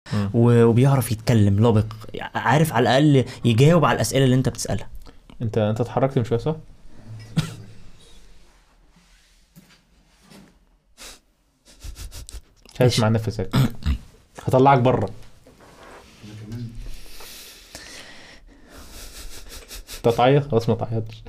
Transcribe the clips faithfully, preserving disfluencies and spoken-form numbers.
وبيعرف يتكلم لبق، عارف على الاقل يجاوب على الاسئله اللي انت بتسالها. انت انت اتحركت من شويه صح؟ مش هسمع نفسك، هطلعك بره. انت تعيط؟ خلاص ما تعيطش.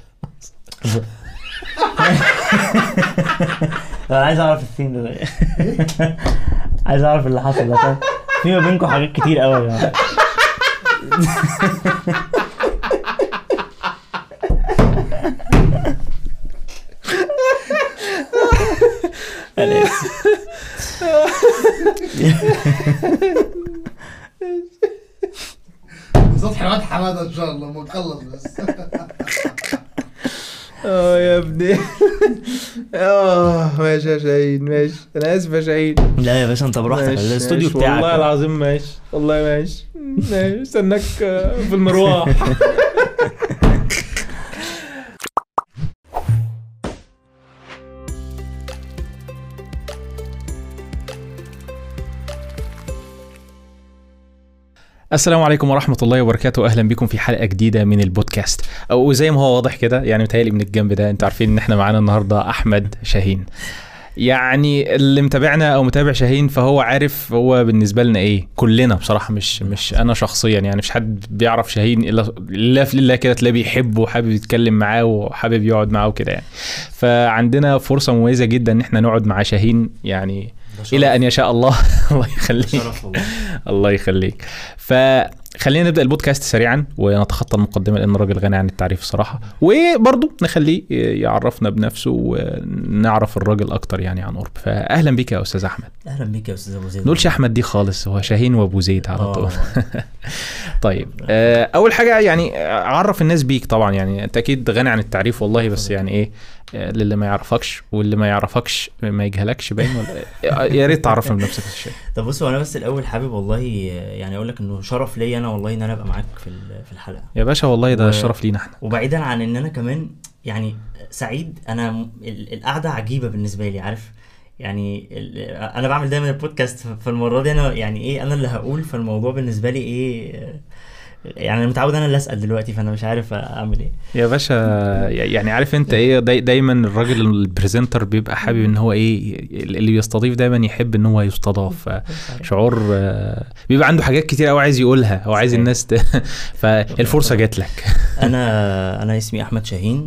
انا عايز اعرف السين ده. عايز اعرف اللي حصل ده. في ما بينكم حاجات كتير قوي يعني. انا اسف. صوت حماد حمادة ان شاء الله ما نخلص بس. اه يا ابني. اه ماشي يا شاهين ماشي. انا اسف يا شاهين. لا يا باشا انت براحتك، الاستوديو بتاعك. والله العظيم ماشي، والله ماشي ماشي. استناك في المروح. السلام عليكم ورحمة الله وبركاته. أهلا بكم في حلقة جديدة من البودكاست، أو زي ما هو واضح كده يعني متهيألي من الجنب ده أنتوا عارفين إن إحنا معانا النهاردة أحمد شاهين. يعني اللي متابعنا أو متابع شاهين فهو عارف هو بالنسبة لنا إيه، كلنا بصراحة، مش مش أنا شخصيا يعني، مش حد بيعرف شاهين إلا إلا في لله كده تلاقيه بيحبه وحابب يتكلم معاه وحابب يقعد معاه وكده يعني. فعندنا فرصة مميزة جدا إن إحنا نقعد مع شاهين يعني إلى أن يشاء الله. الله يخليك. الله يخليك. فخلينا نبدأ البودكاست سريعا ونتخطى المقدمة لأن الراجل غني عن التعريف الصراحة، وبرضو نخليه يعرفنا بنفسه ونعرف الراجل أكتر يعني عن قرب. فأهلا بك يا أستاذ أحمد. أهلا بك يا أستاذ أبو زيد. نقولش أحمد دي خالص، هو شاهين وأبو زيد على طول. طيب أول حاجة يعني أعرف الناس بيك طبعا، يعني أنت أكيد غني عن التعريف والله، بس يعني إيه للي ما يعرفكش واللي ما يعرفكش ما يجهلكش باين، ولا يا ريت تعرفنا بنفسك الشيء. طب بصوا انا بس الاول حابب والله يعني اقول لك انه شرف ليا انا والله ان انا ابقى معاك في في الحلقه يا باشا. والله ده و... شرف لينا احنا. وبعيدا عن ان انا كمان يعني سعيد، انا القعده عجيبه بالنسبه لي، عارف يعني انا بعمل دايما البودكاست، فالمره دي انا يعني ايه انا اللي هقول، فالموضوع بالنسبه لي ايه يعني انا متعود انا اللي اسال دلوقتي، فانا مش عارف اعمل ايه يا باشا. يعني عارف انت ايه، داي دايما الراجل البريزنتر بيبقى حابب ان هو ايه اللي بيستضيف دايما يحب ان هو يستضاف، شعور بيبقى عنده حاجات كتير قوي عايز يقولها او عايز الناس ت... فالفرصه جات لك. انا انا اسمي احمد شاهين،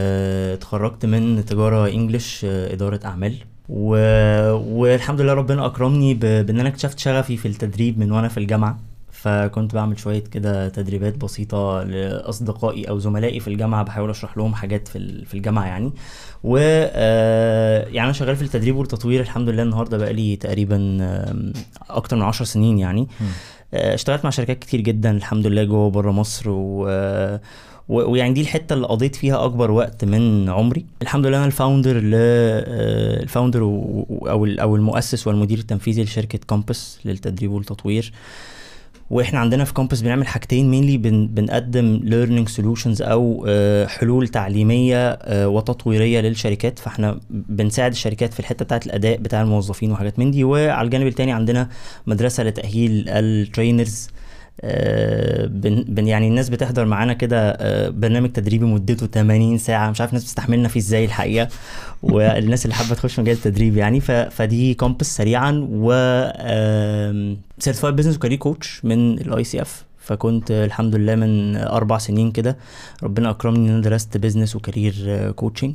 اتخرجت من تجاره انجليش اداره اعمال، و... والحمد لله ربنا اكرمني ب... بان انا اكتشفت شغفي في التدريب من وانا في الجامعه. فكنت بعمل شوية كده تدريبات بسيطة لأصدقائي أو زملائي في الجامعة، بحاول أشرح لهم حاجات في في الجامعة يعني. و يعني أنا شغال في التدريب والتطوير الحمد لله النهاردة بقالي تقريبا أكتر من عشر سنين يعني. اشتغلت مع شركات كتير جدا الحمد لله جوه وبره مصر، و ويعني دي الحته اللي قضيت فيها اكبر وقت من عمري الحمد لله. انا الفاوندر ل الفاوندر او او المؤسس والمدير التنفيذي لشركه كومبس للتدريب والتطوير. واحنا عندنا في كومبس بنعمل حاجتين مينلي، بن بنقدم learning solutions او حلول تعليميه وتطويريه للشركات، فاحنا بنساعد الشركات في الحته بتاعه الاداء بتاع الموظفين وحاجات من دي. وعلى الجانب الثاني عندنا مدرسه لتاهيل الترينرز، بن, بن يعني الناس بتحضر معانا كده برنامج تدريبي مدته ثمانين ساعه، مش عارف الناس بتستحملنا فيه ازاي الحقيقه. والناس اللي حابه تخش مجال التدريب يعني فدي كومبس سريعا. و سيرتيفايد بزنس وكارير كوتش من الاي سي اف، فكنت الحمد لله من اربع سنين كده ربنا اكرمني ان انا درست بزنس وكارير كوتشنج.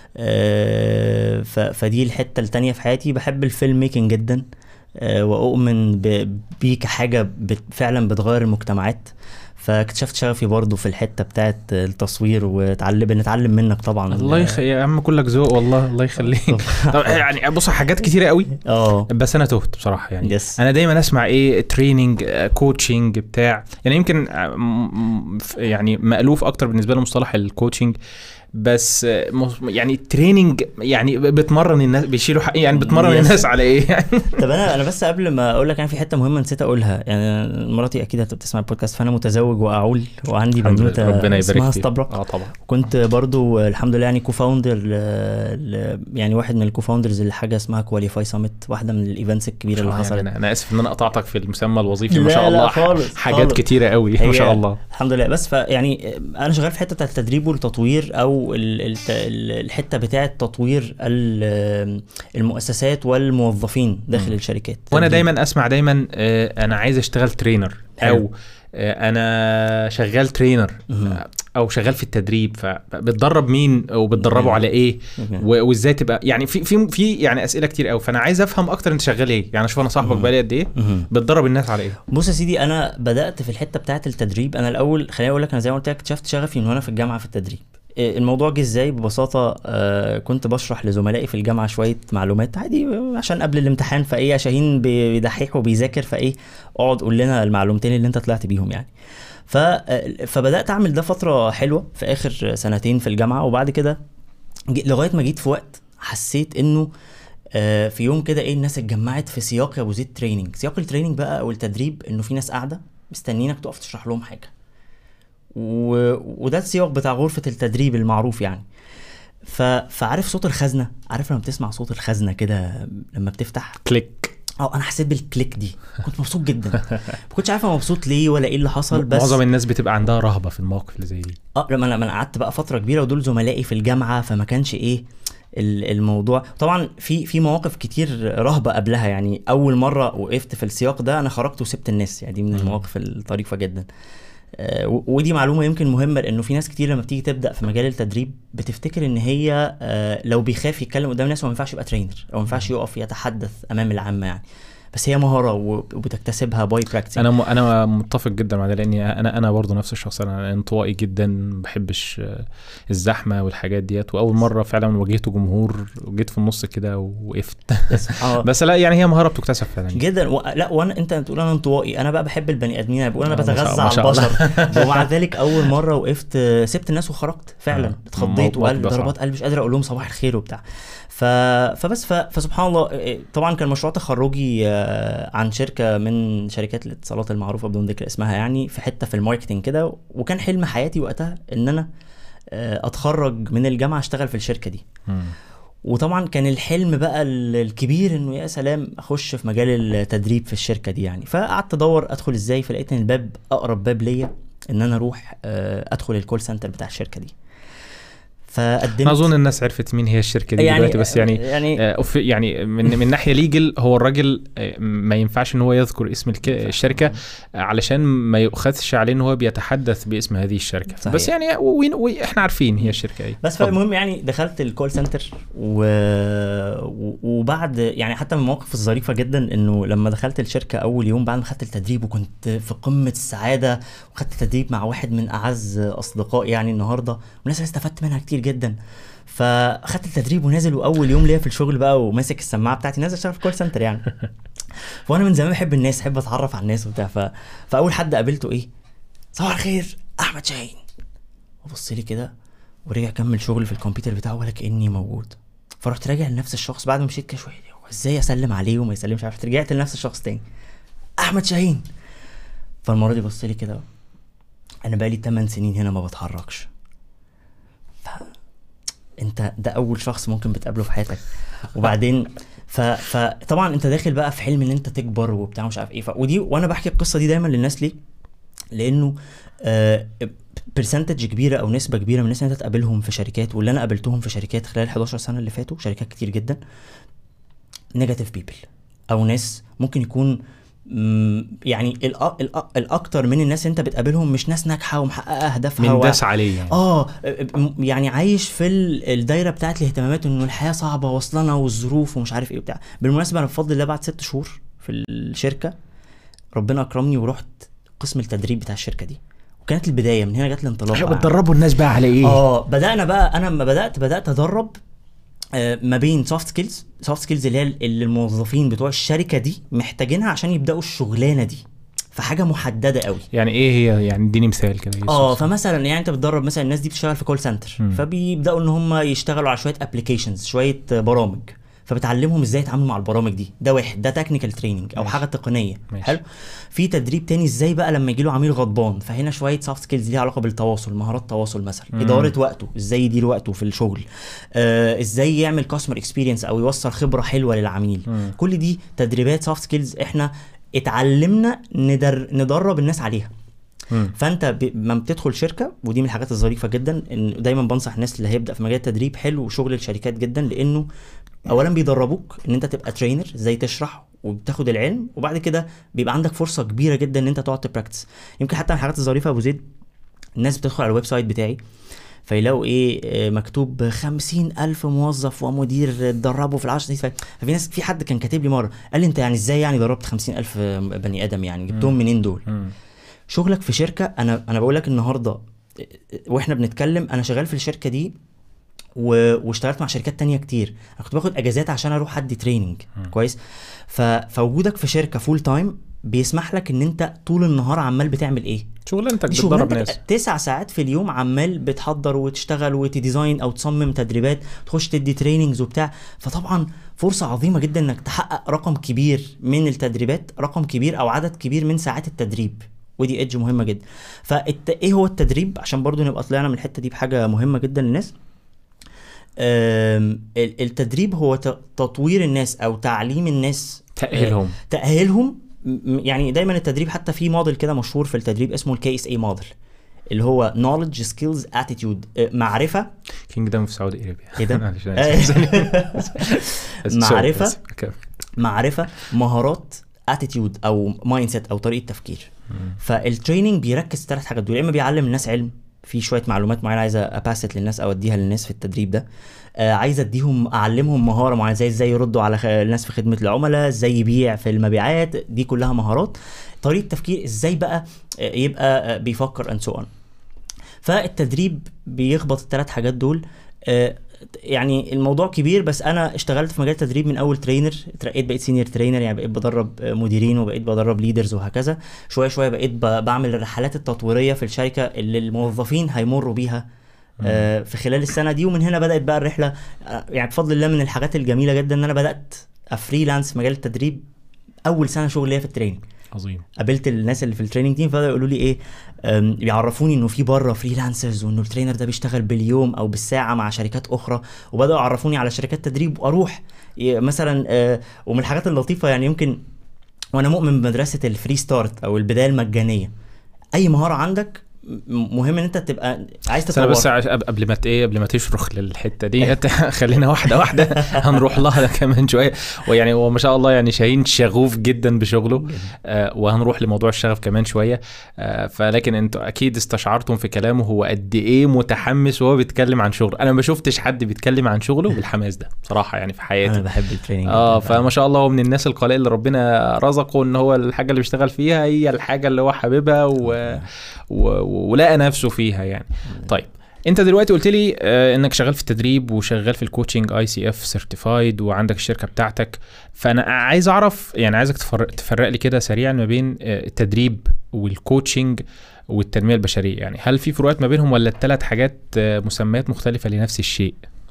فدي الحته الثانيه في حياتي. بحب الفيلم ميكنج جدا، واؤمن بيه كحاجه فعلا بتغير المجتمعات، فاكتشفت شغفي برضو في الحته بتاعه التصوير، وتعلم بنتعلم منك طبعا. الله يخ... يا عم كلك ذوق والله. الله يخليك. يعني بص حاجات كتيره قوي اه بس انا تهت بصراحه يعني. yes. انا دايما اسمع ايه تريننج كوتشنج بتاع يعني، يمكن يعني مألوف اكتر بالنسبه لي مصطلح الكوتشنج، بس يعني تريننج يعني بتمرن الناس بيشيلوا حق يعني بتمرن yes. الناس على ايه يعني. طب انا انا بس قبل ما اقول لك يعني في حته مهمه نسيت اقولها، يعني مراتي اكيد هتبقى بتسمع البودكاست، فانا متزوج متزوج واعول وعندي الحمد لله، بنوته ربنا اسمها يبارك فيك. استبرق. اه طبعا. كنت برضو الحمد لله يعني كوفاوندر يعني واحد من الكوفاوندرز اللي حاجه اسمها كواليفاي سامت، واحده من الايفنتس الكبيره اللي يعني حصلت. انا انا اسف ان انا قطعتك في المسمى الوظيفي، ما لا، شاء لا الله خالص، حاجات خالص. كتيره قوي ما شاء الله. الحمد لله. بس فيعني انا شغال في حته بتاعه التدريب والتطوير، او ال- ال- ال- الحته بتاعه تطوير ال- المؤسسات والموظفين داخل مم. الشركات. وانا تدريب. دايما اسمع دايما آه، انا عايز اشتغل ترينر، حلو. او آه، انا شغال ترينر مهم. او شغال في التدريب، فبتدرب مين وبتدربه مهم. على ايه مهم. و- وازاي تبقى يعني في في في يعني اسئله كتير قوي، فانا عايز افهم اكتر انت شغال ايه. يعني شوف انا صاحبك مهم. بقالي قد ايه مهم. بتدرب الناس على ايه. بص يا سيدي، انا بدات في الحته بتاعه التدريب. انا الاول خليني اقول لك، انا زي ما قلت لك اكتشفت شغفي من وانا في الجامعه في التدريب. إيه الموضوع جه ازاي؟ ببساطه آه كنت بشرح لزملائي في الجامعه شويه معلومات عادي عشان قبل الامتحان، فايه شاهين بيدحيح وبيذاكر، فايه اقعد قول لنا المعلومتين اللي انت طلعت بيهم يعني. ف فبدات اعمل ده فتره حلوه في اخر سنتين في الجامعه. وبعد كده جي- لغايه ما جيت في وقت حسيت انه آه، في يوم كده ايه الناس اتجمعت في سياق يا ابو زيد تريننج. سياق التريننج بقى او التدريب انه في ناس قاعده مستنينك تقف تشرح لهم حاجه، و... وده السياق بتاع غرفه التدريب المعروف يعني. ف... فعارف صوت الخزنه؟ عارف لما بتسمع صوت الخزنه كده لما بتفتح؟ كليك. اه انا حسيت بالكليك دي، كنت مبسوط جدا. ما كنتش عارف أنا مبسوط ليه ولا ايه اللي حصل، بس معظم الناس بتبقى عندها رهبه في المواقف اللي زي دي. اه لما انا لما أنا قعدت بقى فتره كبيره ودول زملائي في الجامعه، فما كانش ايه ال- الموضوع. طبعا في في مواقف كتير رهبه قبلها يعني. اول مره وقفت في السياق ده انا خرجت وسبت الناس، يعني دي من مم. المواقف الطريفه جدا. آه، و- ودي معلومه يمكن مهمه، لانه في ناس كتير لما بتيجي تبدا في مجال التدريب بتفتكر ان هي آه، لو بيخاف يتكلم قدام ناس، هو ما ينفعش يبقى ترينر او ما ينفعش يقف يتحدث امام العامه يعني. بس هي مهاره وبتكتسبها باي براكتس. انا م... انا متفق جدا مع ده، لاني انا انا برضه نفس الشخص. انا انطوائي جدا، ما بحبش آه، الزحمه والحاجات ديت. واول مره فعلا واجهت جمهور وجيت في النص كده ووقفت. آه. بس لا يعني هي مهاره بتكتسب فعلا جدا. و... لا وانا انت بتقول انا انطوائي، انا بقى بحب البني ادمين، انا بقول انا آه، ما شاء- بتغذى ما على شاء الله. البشر. ومع ذلك اول مره وقفت آه، سبت الناس وخرجت فعلا. آه. اتخضيت موقف وقال ده صعب. ضربات قلب، مش قادر اقول لهم صباح الخير وبتاع. ف... فبس ف... فسبحان الله. آه، طبعا كان مشروع تخرجي آه، عن شركه من شركات الاتصالات المعروفه بدون ذكر اسمها يعني، في حته في الماركتنج كده. وكان حلم حياتي وقتها ان انا آه، اتخرج من الجامعه اشتغل في الشركه دي. مم. وطبعا كان الحلم بقى ال- الكبير انه يا سلام اخش في مجال التدريب في الشركه دي يعني. فقعدت ادور ادخل ازاي، فلقيت ان الباب اقرب باب ليا ان انا اروح آه، ادخل الكول سنتر بتاع الشركه دي. فقدمت. انا اظن الناس عرفت مين هي الشركه دي يعني دلوقتي، بس يعني يعني آه، أوف- يعني من من ناحيه ليجل، هو الراجل آه، ما ينفعش ان هو يذكر اسم الك- الشركه علشان ما يؤخذش عليه ان هو بيتحدث باسم هذه الشركه. صحيح. بس يعني وين- وين- احنا عارفين هي الشركه ايه. بس اتفضل. فالمهم يعني دخلت الكول سنتر و... و- وبعد يعني حتى من المواقف الظريفه جدا انه لما دخلت الشركه اول يوم بعد ما خدت التدريب وكنت في قمه السعاده، وخدت تدريب مع واحد من اعز اصدقائي يعني النهارده، والناس اللي استفدت منها كتير جدا. فاخدت التدريب ونازل، واول يوم ليا في الشغل بقى وماسك السماعه بتاعتي نازل اشتغل في كول سنتر يعني. وانا من زمان بحب الناس، بحب اتعرف على الناس وبتاع. ف... فاول حد قابلته ايه، صباح الخير احمد شاهين. وبص لي كده ورجع كمل شغل في الكمبيوتر بتاعه ولا كاني موجود. فرحت راجع لنفس الشخص بعد ما مشيت كده شويه، هو ازاي اسلم عليه وما يسلمش؟ عارف، رجعت لنفس الشخص تاني، احمد شاهين. فالمره دي بص لي كده، انا بقالي ثمانية سنين هنا ما بتحركش. ف انت ده اول شخص ممكن بتقابله في حياتك. وبعدين ف... فطبعا انت داخل بقى في حلم ان انت تكبر وبتاع مش عارف ايه. ف... ودي وانا بحكي القصه دي دايما للناس ليه، لانه آه برسنتج كبيره او نسبه كبيره من الناس اللي انت تقابلهم في شركات، واللي انا قابلتهم في شركات خلال حداشر سنه اللي فاتوا، شركات كتير جدا، نيجاتيف بيبل، او ناس ممكن يكون مم، يعني الأ- الأ- الاكتر من الناس اللي انت بتقابلهم مش ناس ناجحه ومحققه اهدافها من و- داس عليه يعني. اه م- يعني عايش في ال- الدايره بتاعت الاهتمامات، انه الحياه صعبه واصلنا والظروف ومش عارف ايه وبتاع. بالمناسبه انا بفضل الله بعد ست شهور في الشركه ربنا اكرمني ورحت قسم التدريب بتاع الشركه دي، وكانت البدايه من هنا جت الانطلاقه. ايوه، بتدربوا الناس بقى على ايه؟ اه بدانا بقى، انا لما بدات بدات ادرب آه، ما بين سوفت سكيلز سوفت سكيلز اللي هي اللي الموظفين بتوع الشركه دي محتاجينها عشان يبداوا الشغلانه دي، فحاجه محدده قوي. يعني ايه هي؟ يعني اديني مثال كده. اه فمثلا يعني انت بتدرب مثلا الناس دي بتشتغل في كول سنتر، مم. فبيبداوا ان هم يشتغلوا على شويه ابلكيشنز، شويه برامج. فبتعلمهم ازاي يتعاملوا مع البرامج دي. ده واحد، ده تكنيكال تريننج او ماشي. حاجه تقنيه. ماشي. حلو. في تدريب تاني ازاي بقى لما يجي له عميل غضبان، فهنا شويه سوفت سكيلز ليها علاقه بالتواصل، مهارات تواصل مثلا، مم. اداره وقته، ازاي يدير وقته في الشغل، آه ازاي يعمل كاستمر اكسبيرينس او يوصل خبره حلوه للعميل. مم. كل دي تدريبات سوفت سكيلز احنا اتعلمنا ندر... ندرب الناس عليها. مم. فانت ب... ما بتدخل شركه، ودي من الحاجات الظريفه جدا، ان دايما بنصح الناس اللي هيبدا في مجال التدريب حلو وشغل الشركات جدا، لانه اولا بيدربوك ان انت تبقى ترينر، ازاي تشرح وبتاخد العلم، وبعد كده بيبقى عندك فرصه كبيره جدا ان انت تقعد تبراكتس. يمكن حتى من الحاجات الظريفه ابو زيد، الناس بتدخل على الويب سايت بتاعي فيلاقوا ايه مكتوب خمسين الف موظف ومدير اتدربوا في العشر سنين. ففي ناس، في حد كان كاتب لي مره قال لي انت يعني ازاي يعني دربت خمسين الف بني ادم، يعني جبتهم منين دول؟ مم. شغلك في شركه، انا انا بقول لك النهارده واحنا بنتكلم انا شغال في الشركه دي و... واشتغلت مع شركات تانية كتير. انا كنت باخد اجازات عشان اروح ادي تريننج كويس. ف... فوجودك في شركه فول تايم بيسمح لك ان انت طول النهار عمال بتعمل ايه؟ شغلانتك بتدرب ناس تسع ساعات في اليوم، عمال بتحضر وتشتغل وتديزاين او تصمم تدريبات، تخش تدي تريننجز وبتاع. فطبعا فرصه عظيمه جدا انك تحقق رقم كبير من التدريبات، رقم كبير او عدد كبير من ساعات التدريب، ودي ايدج مهمه جدا. فالت... ايه هو التدريب؟ عشان برضو نبقى طلعنا من الحته دي بحاجه مهمه جدا للناس. التدريب هو تطوير الناس او تعليم الناس، تأهيلهم تأهيلهم يعني دايما التدريب حتى في موديل كده مشهور في التدريب اسمه الكي اس اي موديل، اللي هو knowledge skills attitude، معرفة كينجدم في سعودي ارابيا. ايه ده؟ معرفة معرفة مهارات attitude او mindset او طريقة تفكير. فالتريننج بيركز ثلاث حاجات دول، اما بيعلم الناس علم، في شويه معلومات معينه عايزه اباسط للناس او اديها للناس في التدريب ده، آه عايزه اديهم اعلمهم مهاره معينه زي ازاي يردوا على خ... الناس في خدمه العملاء، ازاي يبيع في المبيعات، دي كلها مهارات. طريقه تفكير ازاي بقى آه يبقى آه بيفكر and so on. فالتدريب بيخبط الثلاث حاجات دول. آه يعني الموضوع كبير، بس انا اشتغلت في مجال التدريب من اول ترينر، اترقيت بقيت سينيور ترينر، يعني بقيت بدرب مديرين وبقيت بدرب ليدرز وهكذا. شويه شويه بقيت بعمل الرحلات التطويريه في الشركه اللي الموظفين هيمروا بيها آه في خلال السنه دي. ومن هنا بدات بقى الرحله، آه يعني بفضل الله من الحاجات الجميله جدا ان انا بدات افريلانس في مجال التدريب اول سنه شغل ليا في التريننج. عظيم. قابلت الناس اللي في التريننج تيم فبداوا يقولوا لي ايه، بيعرفوني انه في بره فريلانسرز، وانه الترينر ده بيشتغل باليوم او بالساعه مع شركات اخرى، وبداوا يعرفوني على شركات تدريب واروح مثلا. ومن الحاجات اللطيفه يعني يمكن، وانا مؤمن بمدرسه الفري ستارت او البدايه المجانيه، اي مهاره عندك مهم ان انت تبقى عايز تطور. بس قبل ما ايه قبل ما تشرخ للحته دي خلينا واحده واحده هنروح لها كمان شويه. ويعني هو ما شاء الله يعني شاهين شغوف جدا بشغله، آه وهنروح لموضوع الشغف كمان شويه. آه فلكن انتوا اكيد استشعرتم في كلامه هو قد ايه متحمس وهو بيتكلم عن شغله. انا ما شفتش حد بيتكلم عن شغله بالحماس ده بصراحه يعني في حياتي. انا بحب التريننج اه فما شاء الله هو من الناس القليله اللي ربنا رزقه ان هو الحاجه اللي بيشتغل فيها هي الحاجه اللي هو حاببها و... و... ولقى نفسه فيها يعني. طيب انت دلوقتي قلت لي آه انك شغال في التدريب وشغال في الكوتشنج اي سي اف سيرتيفايد وعندك الشركه بتاعتك. فانا عايز اعرف يعني عايزك تفرق, تفرق لي كده سريعا ما بين آه التدريب والكوتشنج والتنميه البشريه. يعني هل في فروقات ما بينهم ولا الثلاث حاجات آه مسميات مختلفه لنفس الشيء؟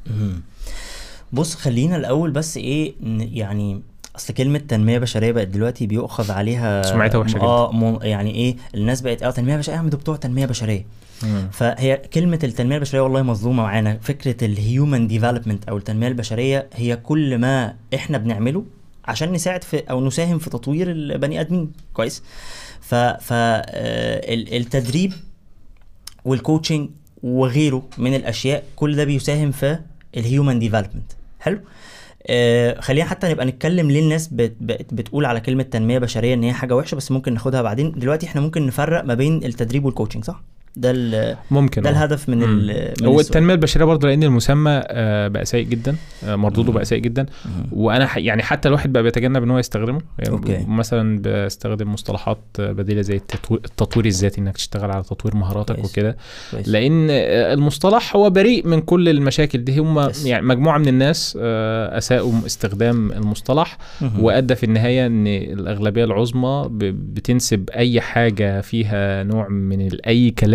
بص خلينا الاول بس ايه يعني، اصل كلمه تنميه بشريه بقت دلوقتي بيؤخذ عليها سمعتها وحشه جدا. اه يعني ايه الناس بقت اه تنميه بشريه، احنا بتوع تنميه بشريه. مم. فهي كلمه التنميه البشريه والله مظلومه معانا. فكره الهيومن ديفلوبمنت او التنميه البشريه هي كل ما احنا بنعمله عشان نساعد في او نساهم في تطوير البني ادمين كويس. ف ف التدريب والكوتشنج وغيره من الاشياء كل ده بيساهم في الهيومن ديفلوبمنت. حلو. آه خلينا حتى نبقى نتكلم ليه الناس بت بت بتقول على كلمة تنمية بشرية ان هي حاجة وحشة، بس ممكن ناخدها بعدين. دلوقتي احنا ممكن نفرق ما بين التدريب والكوتشنج، صح؟ ده ممكن ده الهدف من, من هو التنميه البشريه برضه، لان المسمى آه بقى سيء جدا، آه مردوده بقى سيء جدا. مم. وانا ح يعني حتى الواحد بقى بيتجنب ان هو يستخدمه. يعني مثلا بستخدم مصطلحات بديله زي التطوير, التطوير الذاتي، انك تشتغل على تطوير مهاراتك وكده، لان المصطلح هو بريء من كل المشاكل دي. هم يعني مجموعه من الناس آه اساءوا استخدام المصطلح، مم. وادى في النهايه ان الاغلبيه العظمى بتنسب اي حاجه فيها نوع من اي كلام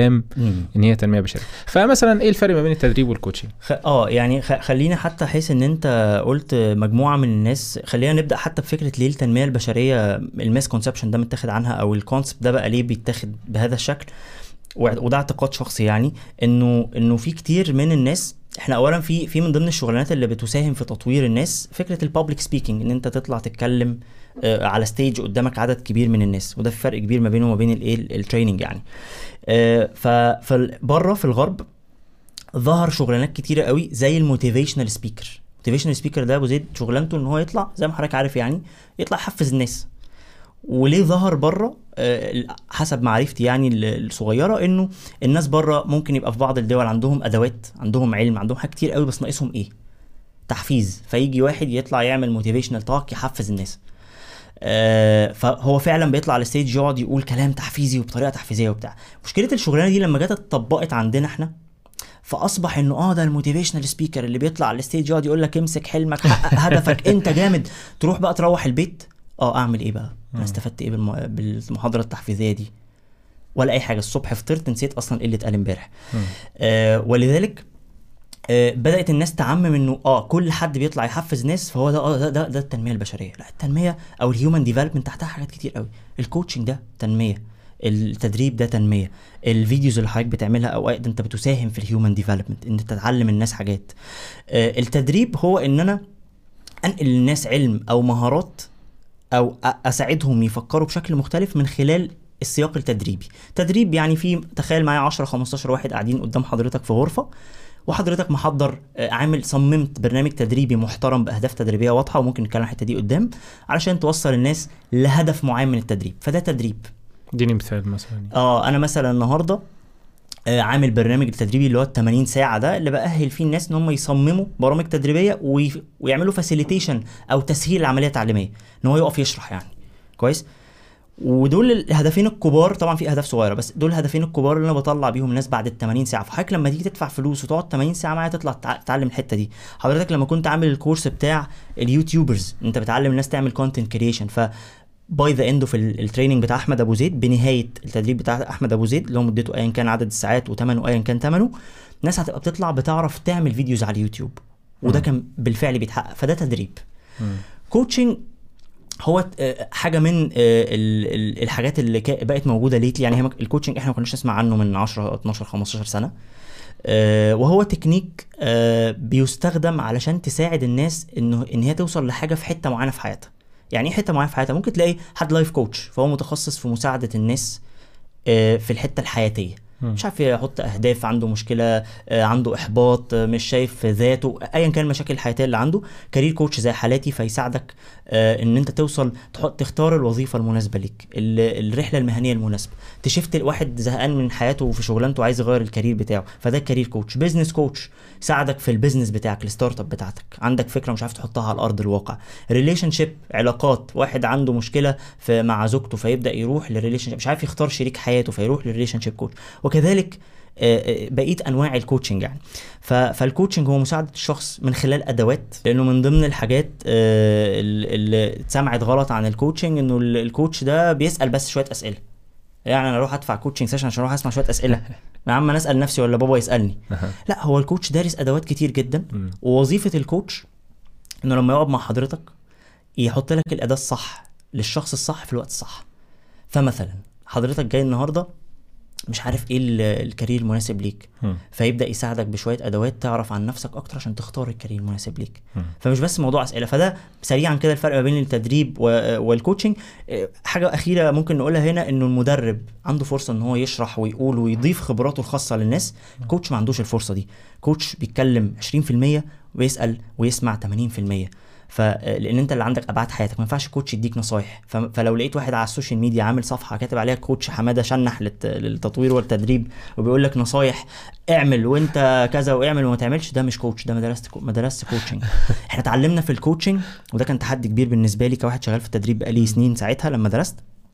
قدام ان هي تنميه بشريه. فمثلا ايه الفرق ما بين التدريب والكوتشنج؟ خ... اه يعني خ... خلينا حتى حيث ان انت قلت مجموعه من الناس، خلينا نبدا حتى بفكره ليه التنميه البشريه الماس كونسبشن ده متاخد عنها، او الكونسبت ده بقى ليه بيتاخد بهذا الشكل. وده اعتقاد شخصي يعني انه انه في كتير من الناس، احنا اولا في في من ضمن الشغلانات اللي بتساهم في تطوير الناس فكره البابليك سبيكينج، ان انت تطلع تتكلم آه على ستيج قدامك عدد كبير من الناس، وده في فرق كبير ما بينه وما بين الايه التريننج يعني. آه فبره في الغرب ظهر شغلانات كتيره قوي زي الموتيفيشنال سبيكر. الموتيفيشنال سبيكر ده ابو زيد شغلانته ان هو يطلع زي ما حضرتك عارف يعني يطلع يحفز الناس. وليه ظهر بره؟ أه حسب معرفتي يعني الصغيره انه الناس بره ممكن يبقى في بعض الدول عندهم ادوات، عندهم علم، عندهم حاجات كتير قوي، بس ناقصهم ايه؟ تحفيز. فيجي واحد يطلع يعمل موتيفيشنال توك يحفز الناس. أه فهو فعلا بيطلع على الستيج يقعد يقول كلام تحفيزي وبطريقه تحفيزيه وبتاع. مشكله الشغلانه دي لما جت اتطبقت عندنا احنا، فاصبح انه اه ده الموتيفيشنال سبيكر اللي بيطلع على الستيج يقعد يقول لك امسك حلمك، حقق هدفك، انت جامد. تروح بقى تروح البيت، اه اعمل ايه بقى؟ انا استفدت ايه بالم... بالمحاضره التحفيزيه دي؟ ولا اي حاجه. الصبح فطرت نسيت اصلا قله قال امبارح. آه ولذلك آه بدات الناس تعمم انه اه كل حد بيطلع يحفز ناس فهو ده اه ده, ده ده التنميه البشريه. لا، التنميه او الهيومن ديفلوبمنت تحتها حاجات كتير قوي. الكوتشنج ده تنميه، التدريب ده تنميه، الفيديوز اللي حضرتك بتعملها او ده انت بتساهم في الهيومن ديفلوبمنت، ان انت تعلم الناس حاجات. آه التدريب هو ان انا انقل للناس علم او مهارات او اساعدهم يفكروا بشكل مختلف من خلال السياق التدريبي. تدريب يعني في تخيل معايا عشرة خمستاشر واحد قاعدين قدام حضرتك في غرفه، وحضرتك محضر عامل صممت برنامج تدريبي محترم باهداف تدريبيه واضحه، وممكن نتكلم عن الحته دي قدام علشان توصل الناس لهدف معين من التدريب. فده تدريب. اديني مثال مثلا. اه انا مثلا النهارده عامل برنامج التدريبي اللي هو التمانين ساعة ده، اللي بأهل فيه الناس ان هم يصمموا برامج تدريبية وي... ويعملوا فاسيليتيشن او تسهيل العملية التعليمية، ان هو يقف يشرح يعني كويس. ودول الهدفين الكبار، طبعا في اهداف صغيرة، بس دول الهدفين الكبار اللي انا بطلع بيهم الناس بعد التمانين ساعة. فحضرتك لما تيجي تدفع فلوس وتقعد تمانين ساعة معايا تطلع تتعلم الحتة دي. حضرتك لما كنت عامل الكورس بتاع اليوتيوبرز، انت بتعلم الناس تعمل كونتنت كرييشن، ف باي ذا اند في التريننج بتاع احمد ابو زيد، بنهايه التدريب بتاع احمد ابو زيد اللي هو مدته ايا كان عدد الساعات وثمنه ايا كان ثمنه، الناس هتبقى بتطلع بتعرف تعمل فيديوز على اليوتيوب، وده كان بالفعل بيتحقق. فده تدريب. كوتشنج هو حاجه من الحاجات اللي بقت موجوده ليتلي يعني. هي الكوتشنج احنا ما كناش نسمع عنه من عشرة اتناشر خمستاشر سنه، وهو تكنيك بيستخدم علشان تساعد الناس انه ان هي توصل لحاجه في حته معينه في حياتها. يعني ايه حته معينه في حياتها؟ ممكن تلاقي حد لايف كوتش فهو متخصص في مساعده الناس في الحته الحياتيه، مش عارف يحط اهداف، عنده مشكله، عنده احباط، مش شايف ذاته، ايا كان المشاكل الحياتيه اللي عنده. كارير كوتش زي حالاتي فيساعدك ان انت توصل تحط تختار الوظيفه المناسبه ليك، الرحله المهنيه المناسبه، تشفت واحد زهقان من حياته وفي شغلانته عايز يغير الكارير بتاعه، فده كارير كوتش. بيزنس كوتش يساعدك في البيزنس بتاعك، الستارت اب بتاعتك، عندك فكره مش عارف تحطها على ارض الواقع. ريليشن شيب، علاقات، واحد عنده مشكله في مع زوجته فيبدا يروح للريليشن، مش عارف يختار شريك حياته فيروح للريليشن شيب كوتش، وكذلك بقيه انواع الكوتشنج يعني. فالكوتشنج هو مساعده الشخص من خلال ادوات، لانه من ضمن الحاجات اللي اتسمعت غلط عن الكوتشنج انه الكوتش ده بيسال بس شويه اسئله. يعني انا اروح ادفع كوتشنج سيشن عشان اروح اسمع شويه اسئله يا عم انا اسال نفسي ولا بابا يسالني؟ لا، هو الكوتش دارس ادوات كتير جدا، ووظيفه الكوتش انه لما يقعد مع حضرتك يحط لك الاداه الصح للشخص الصح في الوقت الصح. فمثلا حضرتك جاي النهارده مش عارف ايه الكارير المناسب ليك، م. فيبدا يساعدك بشويه ادوات تعرف عن نفسك اكتر عشان تختار الكارير المناسب ليك. م. فمش بس موضوع اسئله. فده سريعا كده الفرق ما بين التدريب والكوتشنج. حاجه اخيره ممكن نقولها هنا، انه المدرب عنده فرصه ان هو يشرح ويقول ويضيف خبراته الخاصه للناس. الكوتش ما عندوش الفرصه دي. كوتش بيتكلم عشرين في المية ويسال ويسمع ثمانين في المية. فلان انت اللي عندك ابعاد حياتك، ما ينفعش كوتش يديك نصايح. فلو لقيت واحد على السوشيال ميديا عامل صفحه كاتب عليها كوتش حماده شنح للتطوير والتدريب وبيقول لك نصايح اعمل وانت كذا واعمل وما تعملش، ده مش كوتش، ده مدرسه مدرسه كوتشنج. احنا اتعلمنا في الكوتشنج، وده كان تحدي كبير بالنسبه لي كواحد شغال في التدريب بقالي سنين ساعتها لما درست،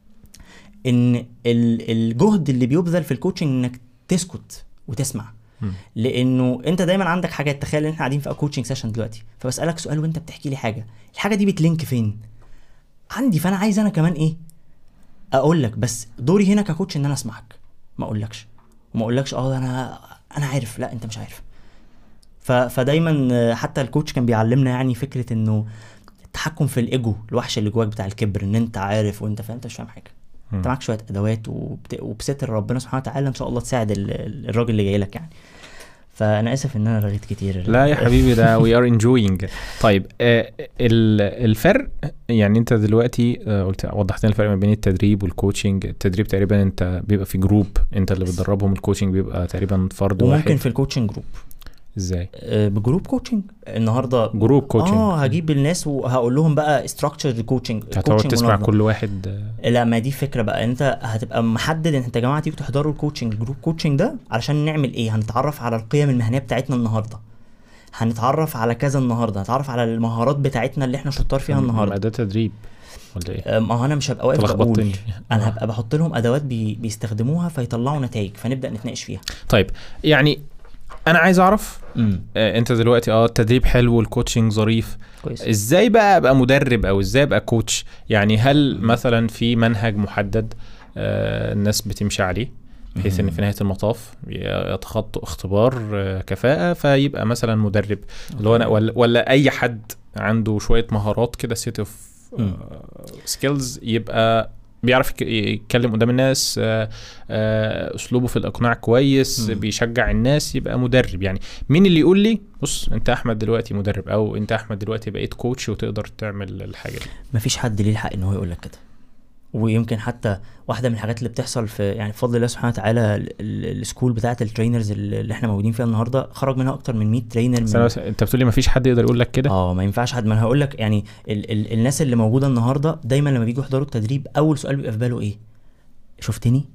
ان الجهد اللي بيبذل في الكوتشنج انك تسكت وتسمع. لانه انت دايما عندك حاجات. تخيل ان احنا قاعدين في كوتشنج سيشن دلوقتي، فبسالك سؤال وانت بتحكي لي حاجه، الحاجه دي بتلينك فين عندي، فانا عايز انا كمان ايه اقول لك، بس دوري هنا ككوتش ان انا اسمعك ما اقولكش. وما اقولكش اه انا انا عارف، لا انت مش عارف. ف... فدايما حتى الكوتش كان بيعلمنا يعني فكره انه التحكم في الايجو، الوحش اللي جواك بتاع الكبر، ان انت عارف وانت فاهم انت مش فاهم حاجه. م. انت معاك شويه ادوات وبت... وبستر ربنا سبحانه وتعالى ان شاء الله تساعد ال... الراجل اللي جاي لك يعني. فانا اسف ان انا رغيت كتير. لا يا حبيبي ده we are enjoying. طيب آه الفرق يعني انت دلوقتي آه قلت وضحت لنا الفرق ما بين التدريب والكوتشنج. التدريب تقريبا انت بيبقى في جروب انت اللي بتدربهم، الكوتشنج بيبقى تقريبا فرد واحد. وممكن في الكوتشنج جروب. ازاي؟ آه بجروب كوتشنج النهارده. جروب كوتشنج اه هجيب الناس وهقول لهم بقى structured كوتشنج. هتقعد تسمع كل واحد. لا ما دي فكره بقى، انت هتبقى محدد انت يا جماعه تيجوا تحضروا الكوتشنج الجروب كوتشنج ده علشان نعمل ايه. هنتعرف على القيم المهنيه بتاعتنا النهارده، هنتعرف على كذا النهارده، هنتعرف على المهارات بتاعتنا اللي احنا شطار فيها النهارده. ده تدريب ولا ايه؟ ما هو انا مش هبقى واقف بقول، انا هبقى بحط لهم ادوات بي بيستخدموها فيطلعوا نتائج فنبدا نتناقش فيها. طيب يعني انا عايز اعرف آه انت دلوقتي اه التدريب حلو والكوتشنج ظريف كويس. ازاي بقى ابقى مدرب او ازاي ابقى كوتش؟ يعني هل مم. مثلا في منهج محدد آه الناس بتمشي عليه بحيث ان في نهايه المطاف يتخطوا اختبار آه كفاءه فيبقى مثلا مدرب اللي هو انا ولا, ولا اي حد عنده شويه مهارات كده سيت اوف سكيلز يبقى بيعرف يتكلم قدام الناس، اسلوبه في الاقناع كويس، م. بيشجع الناس، يبقى مدرب؟ يعني مين اللي يقول لي بص انت احمد دلوقتي مدرب او انت احمد دلوقتي بقيت كوتش وتقدر تعمل الحاجه دي؟ مفيش حد ليه الحق ان هو يقول لك كده. ويمكن حتى واحده من الحاجات اللي بتحصل في يعني بفضل الله سبحانه وتعالى السكول بتاعه الترينرز اللي احنا موجودين فيها النهارده خرج منها اكتر من مية ترينر. من انت بتقول لي مفيش حد يقدر يقول لك كده؟ اه ما ينفعش حد. ما انا هقول لك يعني ال ال الناس اللي موجوده النهارده دايما لما بييجوا يحضروا التدريب اول سؤال بيبقى في باله ايه؟ شفتني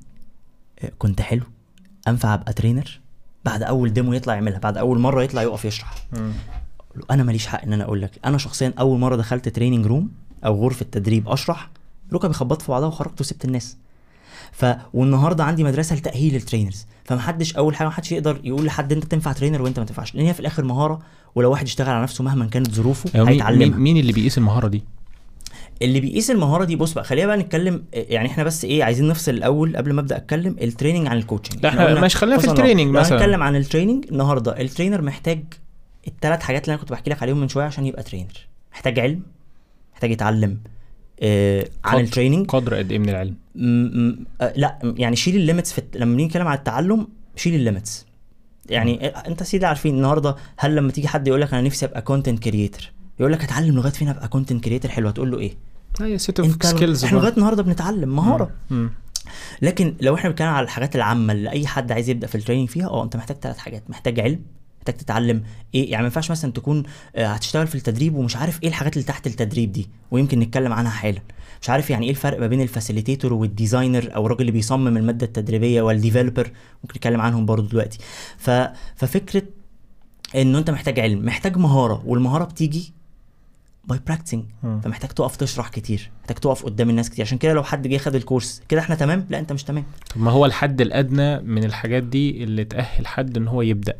كنت حلو انفع ابقى ترينر؟ بعد اول ديمو يطلع يعملها، بعد اول مره يطلع يقف يشرح. م. انا ماليش حق ان انا اقول لك. انا شخصيا اول مره دخلت تريننج روم او غرفه تدريب اشرح ركبي خبطت في بعضها وخرجت وسبت الناس. ف والنهارده عندي مدرسه لتاهيل الترينرز، فمحدش اول حاجه محدش يقدر يقول لحد انت تنفع ترينر وانت ما تنفعش، لان هي في الاخر مهاره ولو واحد اشتغل على نفسه مهما كانت ظروفه هيتعلمها. مين اللي بيقيس المهاره دي؟ اللي بيقيس المهاره دي بص بقى خلينا بقى نتكلم يعني احنا بس ايه عايزين نفصل الاول قبل ما ابدا اتكلم التريننج عن الكوتشنج. احنا مش خلينا في التريننج مثلا نتكلم عن التريننج النهارده. الترينر محتاج الثلاث حاجات اللي انا كنت بحكي لك عليهم من شويه عشان يبقى ترينر. محتاج علم، محتاج يتعلم آه عن التريننج. قدر قد ايه من العلم؟ م- م- آه لا يعني شيل الليميتس في لما نيجي نتكلم عن التعلم شيل الليميتس. يعني م. انت سيدي عارفين النهارده هل لما تيجي حد يقول لك انا نفسي ابقى كونتنت كرييتر يقول لك هتعلم لغات فين ابقى كونتنت كرييتر حلو، هتقول له ايه؟ هي سيت اوف سكيلز. احنا لغايه النهارده بنتعلم مهاره. م. م. لكن لو احنا بنتكلم على الحاجات العامه اللي اي حد عايز يبدا في التريننج فيها اه انت محتاج ثلاث حاجات. محتاج علم، محتاج تتعلم ايه. يعني ما ينفعش مثلا تكون هتشتغل في التدريب ومش عارف ايه الحاجات اللي تحت التدريب دي، ويمكن نتكلم عنها حالا. مش عارف يعني ايه الفرق ما بين الفاسيليتيتور والديزاينر او الراجل اللي بيصمم الماده التدريبيه والديفلوبر، ممكن نتكلم عنهم برضو دلوقتي. ف... ففكره انه انت محتاج علم، محتاج مهاره، والمهاره بتيجي باي براكتسنج. فمحتاج تقف تشرح كتير، محتاج تقف قدام الناس كتير. عشان كده لو حد جه خد الكورس كده احنا تمام، لا انت مش تمام. طب ما هو الحد الادنى من الحاجات دي اللي تأهل حد ان هو يبدا؟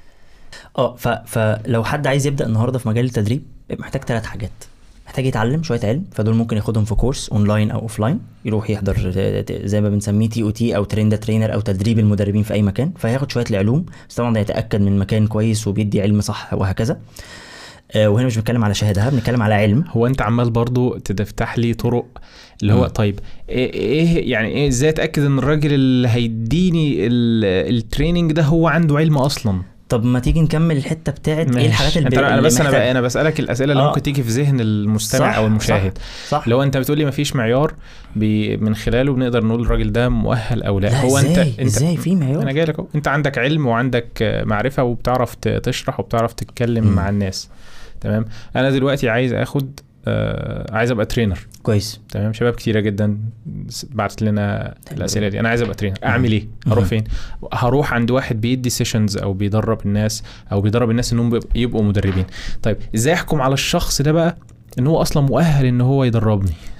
اه ف... فلو حد عايز يبدا النهارده في مجال التدريب محتاج ثلاث حاجات. محتاج يتعلم شويه علم، فدول ممكن ياخدهم في كورس اونلاين او اوفلاين، يروح يحضر زي ما بنسميه تي او تي او تريند ترينر او تدريب المدربين في اي مكان، فهياخد شويه العلوم بس طبعا ده يتاكد من مكان كويس وبيدي علم صح وهكذا. آه وهنا مش بنتكلم على شهاده، بنتكلم على علم. هو انت عمال برضو تفتح لي طرق اللي هو م. طيب ايه, إيه يعني ايه ازاي اتاكد ان الراجل اللي هيديني التريننج ده هو عنده علم اصلا؟ طب ما تيجي نكمل الحته بتاعت ايه الحاجات اللي انا بس انا بقى انا بسالك الاسئله اللي آه. ممكن تيجي في ذهن المستمع او المشاهد. صح. صح. لو انت بتقول لي مفيش معيار من خلاله بنقدر نقول الراجل ده مؤهل او لا, لا هو إزاي؟ انت ازاي في معيار؟ انا جاي لك انت عندك علم وعندك معرفه وبتعرف تشرح وبتعرف تتكلم م. مع الناس، تمام. انا دلوقتي عايز اخد آه عايز ابقى ترينر كويس، تمام. شباب كتيره جدا بعت لنا الاسئله دي، انا عايز ابقى ترينر، اعمل ايه؟ اروح فين؟ هروح عند واحد بيدي سيشنز او بيدرب الناس او بيدرب الناس انهم يبقوا مدربين. طيب ازاي احكم على الشخص ده بقى ان هو اصلا مؤهل ان هو يدربني؟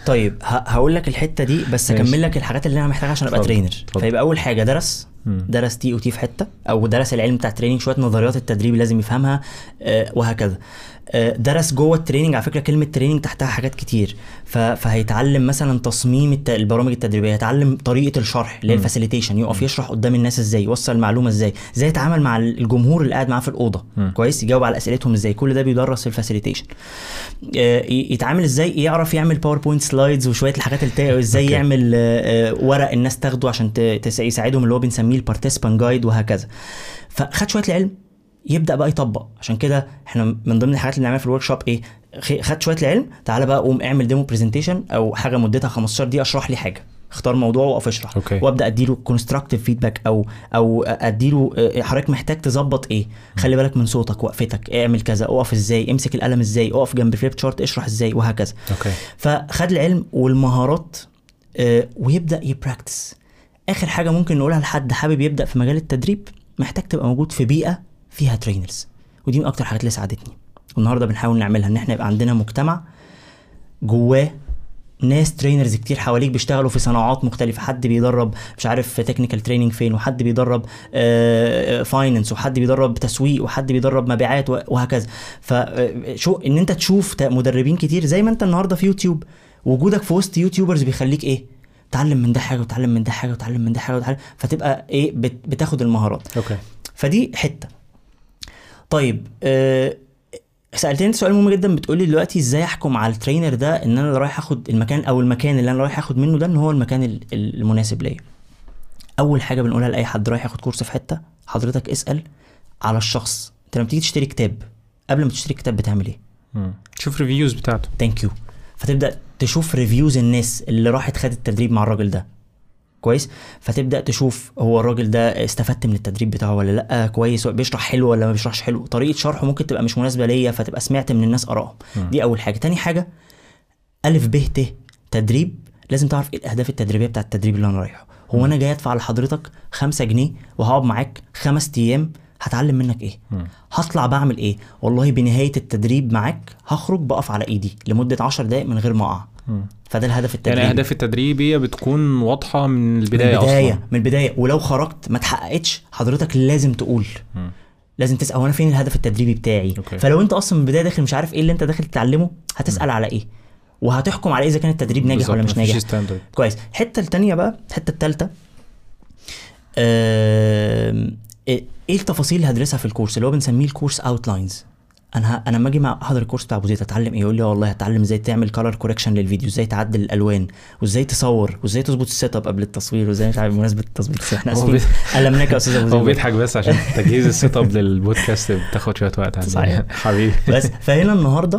طيب هقول لك الحته دي بس اكمل لك الحاجات اللي انا محتاجها عشان ابقى ترينر. فيبقى اول حاجه درس م. درس تي او تي في حته او درس العلم بتاع التريننج، شويه نظريات التدريب لازم يفهمها آه وهكذا. آه درس جوه التريننج، على فكره كلمه تريننج تحتها حاجات كتير، فهيتعلم مثلا تصميم الت... البرامج التدريبيه، هيتعلم طريقه الشرح اللي هي الفاسيليتيشن، يقف يشرح قدام الناس ازاي، يوصل المعلومه ازاي، ازاي يتعامل مع الجمهور اللي قاعد معاه في الاوضه م. كويس، يجاوب على اسئلتهم ازاي، كل ده بيدرس في الفاسيليتيشن. آه يتعامل ازاي، يعرف يعمل باوربوينت سلايدز وشويه الحاجات اللي ازاي okay. يعمل آه ورق الناس تاخده عشان يساعدهم اللي هو بنسميه البارتيسيبانت جايد وهكذا. فخد شويه العلم يبدا بقى يطبق. عشان كده احنا من ضمن الحاجات اللي بنعملها في الورك شوب ايه، خد شويه العلم تعالى بقى قوم اعمل ديمو برزنتيشن او حاجه مدتها خمستاشر دقيقه، اشرح لي حاجه، اختار موضوع واقف اشرح okay. وابدا اديله كونستراكتيف فيدباك او او اديله حضرتك محتاج تظبط ايه، خلي بالك من صوتك، وقفتك، اعمل كذا، اقف ازاي، امسك القلم ازاي، اقف جنب فليب شارت اشرح ازاي وهكذا okay. فخد العلم والمهارات اه ويبدا يبراكتس. اخر حاجه ممكن نقولها لحد حابب يبدا في مجال التدريب، محتاج تبقى موجود في بيئه فيها ترينرز، ودي من اكتر حاجات اللي ساعدتني والنهارده بنحاول نعملها، ان احنا يبقى عندنا مجتمع جواه ناس ترينرز كتير حواليك بيشتغلوا في صناعات مختلفه، حد بيدرب مش عارف تكنيكال تريننج فين، وحد بيدرب فاينانس، وحد بيدرب تسويق، وحد بيدرب مبيعات وهكذا. فشو ان انت تشوف مدربين كتير زي ما انت النهارده في يوتيوب، وجودك في وسط يوتيوبرز بيخليك ايه، تعلم من ده حاجه وتعلم من ده حاجه وتعلم من ده حاجه وتعلم، فتبقى ايه بتاخد المهارات اوكي. فدي حته. طيب أه سالتني سؤال مهم جدا، بتقولي دلوقتي ازاي احكم على الترينر ده ان انا رايح اخد المكان او المكان اللي انا رايح اخد منه ده ان هو المكان المناسب ليا. اول حاجه بنقولها لاي حد رايح ياخد كورس في حته، حضرتك اسال على الشخص. انت لما تيجي تشتري كتاب، قبل ما تشتري كتاب بتعمل ايه؟ امم تشوف ريفيوز بتاعته. ثانك يو. فتبدا تشوف ريفيوز الناس اللي راحت خدت التدريب مع الراجل ده كويس، فتبدا تشوف هو الراجل ده استفدت من التدريب بتاعه ولا لا، كويس، بيشرح حلو ولا ما بيشرحش حلو، طريقه شرحه ممكن تبقى مش مناسبه ليا فتبقى سمعت من الناس ارائهم. دي اول حاجه. تاني حاجه الف ب ت تدريب، لازم تعرف ايه الاهداف التدريبيه بتاعه التدريب اللي انا رايحه. هو انا جاي ادفع لحضرتك خمسة جنيه وهقعد معاك خمس ايام، هتعلم منك ايه؟ م. هطلع بعمل ايه؟ والله بنهايه التدريب معاك هخرج بقف على ايدي لمده عشر دقائق من غير ما اقع. فده الهدف التدريبي. يعني اهداف التدريبيه بتكون واضحه من البدايه, من البداية اصلا من البدايه. ولو خرجت ما اتحققتش حضرتك لازم تقول م. لازم تسال هو انا فين الهدف التدريبي بتاعي. أوكي. فلو انت اصلا من البدايه داخل مش عارف ايه اللي انت داخل تتعلمه، هتسال م. على ايه وهتحكم على اذا كان التدريب ناجح ولا مش ناجح. كويس. الحته الثانيه بقى، الحته الثالثه آه... ايه التفاصيل اللي هدرسها في الكورس اللي هو بنسميه الكورس اوتلاينز. انا انا لما اجي مع احضر الكورس بتاع ابو زيد اتعلم ايه، يقول لي والله هتعلم ازاي تعمل كلر كوركشن للفيديو، ازاي تعدل الالوان، وازاي تصور، وازاي تظبط السيت اب قبل التصوير، وازاي مش عارف بمناسبه التصوير احنا اسفين علمناك يا استاذ ابو زيد. هو بيضحك بس عشان تجهيز السيت اب للبودكاست بتاخد شويه وقت صحيح حبيبي. بس فهنا النهارده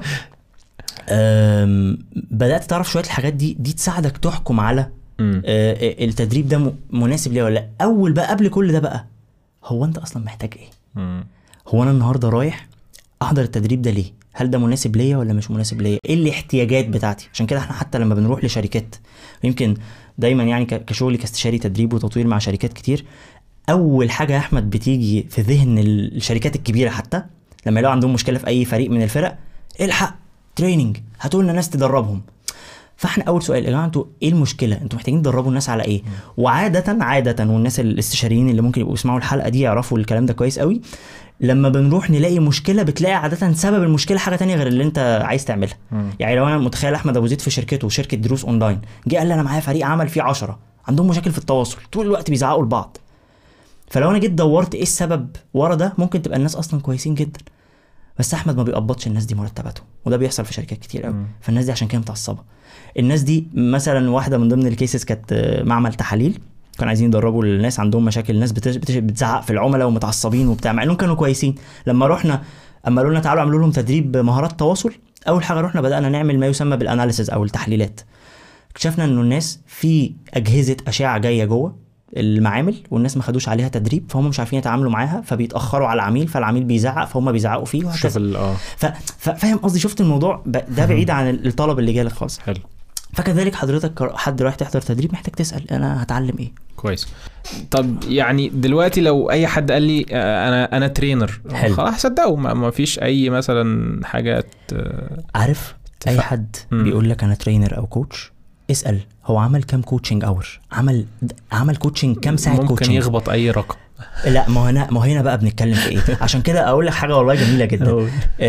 بدات تعرف شويه الحاجات دي دي تساعدك تحكم على التدريب ده مناسب ليه ولا لا. اول بقى قبل كل ده بقى، هو انت اصلا محتاج ايه؟ م. هو انا النهارده رايح احضر التدريب ده ليه؟ هل ده مناسب ليا ولا مش مناسب ليا؟ ايه الاحتياجات بتاعتي؟ عشان كده احنا حتى لما بنروح لشركات، يمكن دايما يعني كشغلي كاستشاري تدريب وتطوير مع شركات كتير، اول حاجه يا احمد بتيجي في ذهن الشركات الكبيره حتى لما يلاقوا عندهم مشكله في اي فريق من الفرق، الحق تريننج، هاتوا لنا ناس تدربهم. فاحنا اول سؤال يا جماعه انتوا ايه المشكله؟ انتوا محتاجين تدربوا الناس على ايه؟ وعاده عاده والناس الاستشاريين اللي ممكن يبقوا يسمعوا الحلقه دي يعرفوا الكلام ده كويس قوي، لما بنروح نلاقي مشكله بتلاقي عاده سبب المشكله حاجه تانية غير اللي انت عايز تعملها. م. يعني لو انا متخيل احمد ابو زيد في شركته شركه دروس اونلاين، جه قال لي انا معايا فريق عمل فيه عشرة عندهم مشاكل في التواصل، طول الوقت بيزعقوا لبعض. فلو انا جيت دورت ايه السبب ورا ده، ممكن تبقى الناس اصلا كويسين جدا بس احمد ما بيقبضش الناس دي مرتباتهم، وده بيحصل في شركات كتير قوي. فالناس دي عشان كده متعصبه. الناس دي مثلا واحده من ضمن الكيسز كانت معمل تحاليل، كانوا عايزين يدربوا الناس عندهم مشاكل، الناس بتزعق في العملاء ومتعصبين وبتاع، مع انهم كانوا كويسين. لما رحنا اما قالوا لنا تعالوا اعملوا لهم تدريب مهارات تواصل، اول حاجه رحنا بدانا نعمل ما يسمى بالاناليسز او التحليلات. اكتشفنا انه الناس في اجهزه اشعه جايه جوه المعامل والناس ما خدوش عليها تدريب، فهم مش عارفين يتعاملوا معاها، فبيتاخروا على العميل، فالعميل بيزعق فهم بيزعقوا فيه وهكذا. اه فاهم قصدي؟ شفت الموضوع ده بعيد عن الطلب اللي جالك خالص. حلو. فكذلك حضرتك حد رايح تحضر تدريب محتاج تسال انا هتعلم ايه. كويس. طب يعني دلوقتي لو اي حد قال لي انا انا ترينر، خلاص هصدقه، ما فيش اي مثلا حاجه عارف اي حد مم. بيقول لك انا ترينر او كوتش، اسال هو عمل كام كوتشنج اور، عمل عمل كوتشنج كام ساعه ممكن كوتشنج. ممكن يخبط اي رقم. لا ما هنا ما هنا بقى بنتكلم في ايه. عشان كده اقول لك حاجه والله جميله جدا.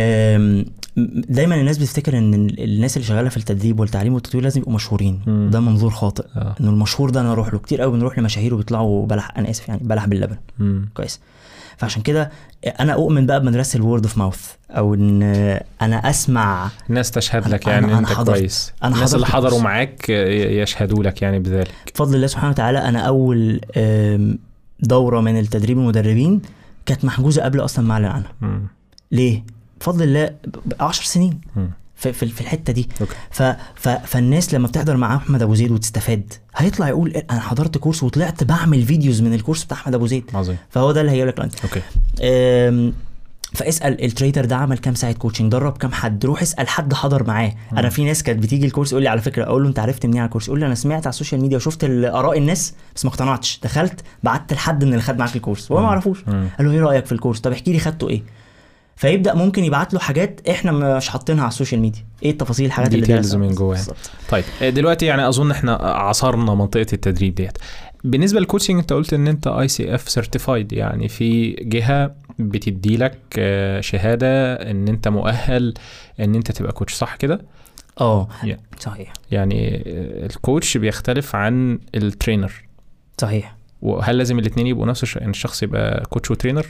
دايما الناس بتفتكر ان الناس اللي شغاله في التدريب والتعليم والتطوير لازم يبقوا مشهورين. مم. ده منظور خاطئ. آه. انه المشهور ده انا اروح له كتير قوي، بنروح لمشاهير وبيطلعوا بلح، انا اسف يعني بلح باللبن. مم. كويس. فعشان كده انا اؤمن بقى بمدرسه الورد اوف ماوث، او ان انا اسمع الناس تشهد لك أنا- يعني أنا انت حضرت. كويس. أنا الناس اللي حضرت حضروا الكورس. معاك يشهدوا لك يعني بذلك بفضل الله سبحانه وتعالى. انا اول آم، دوره من التدريب المدربين كانت محجوزه قبل اصلا ما اعلن عنها. مم. ليه؟ بفضل الله عشر سنين مم. في في في الحته دي. أوكي. ف ف فالناس لما بتحضر مع احمد ابو زيد وتستفاد، هيطلع يقول انا حضرت كورس وطلعت بعمل فيديوز من الكورس بتاع احمد ابو زيد. عظيم. فهو ده اللي هيقول لك انت. اوكي. أم، فاسال التريدر ده عمل كام ساعه كوتشنج، درب كام حد، روح اسال حد حضر معاه. مم. انا في ناس كانت بتيجي الكورس يقول لي على فكره، اقول له انت عرفت منين على الكورس؟ يقول لي انا سمعت على السوشيال ميديا وشفت اراء الناس بس ما اقتنعتش، دخلت بعت لحد من اللي خد معاك الكورس وهو ما يعرفوش، مم. قال له ايه رايك في الكورس؟ طب احكي لي خدته ايه. فيبدا ممكن يبعت له حاجات احنا مش حاطينها على السوشيال ميديا، ايه التفاصيل الحاجات اللي Details درسها من جوه يعني. بالظبط. طيب دلوقتي يعني اظن احنا عصرنا منطقه التدريب ديت. بالنسبه للكوتشنج انت قلت ان انت اي سي اف سيرتيفايد، يعني في جهه بتدي لك شهاده ان انت مؤهل ان انت تبقى كوتش، صح كده؟ اه Yeah. صحيح يعني الكوتش بيختلف عن الترينر، صحيح. وهل لازم الاثنين يبقوا نفس الش... يعني الشخص يبقى كوتش وترينر؟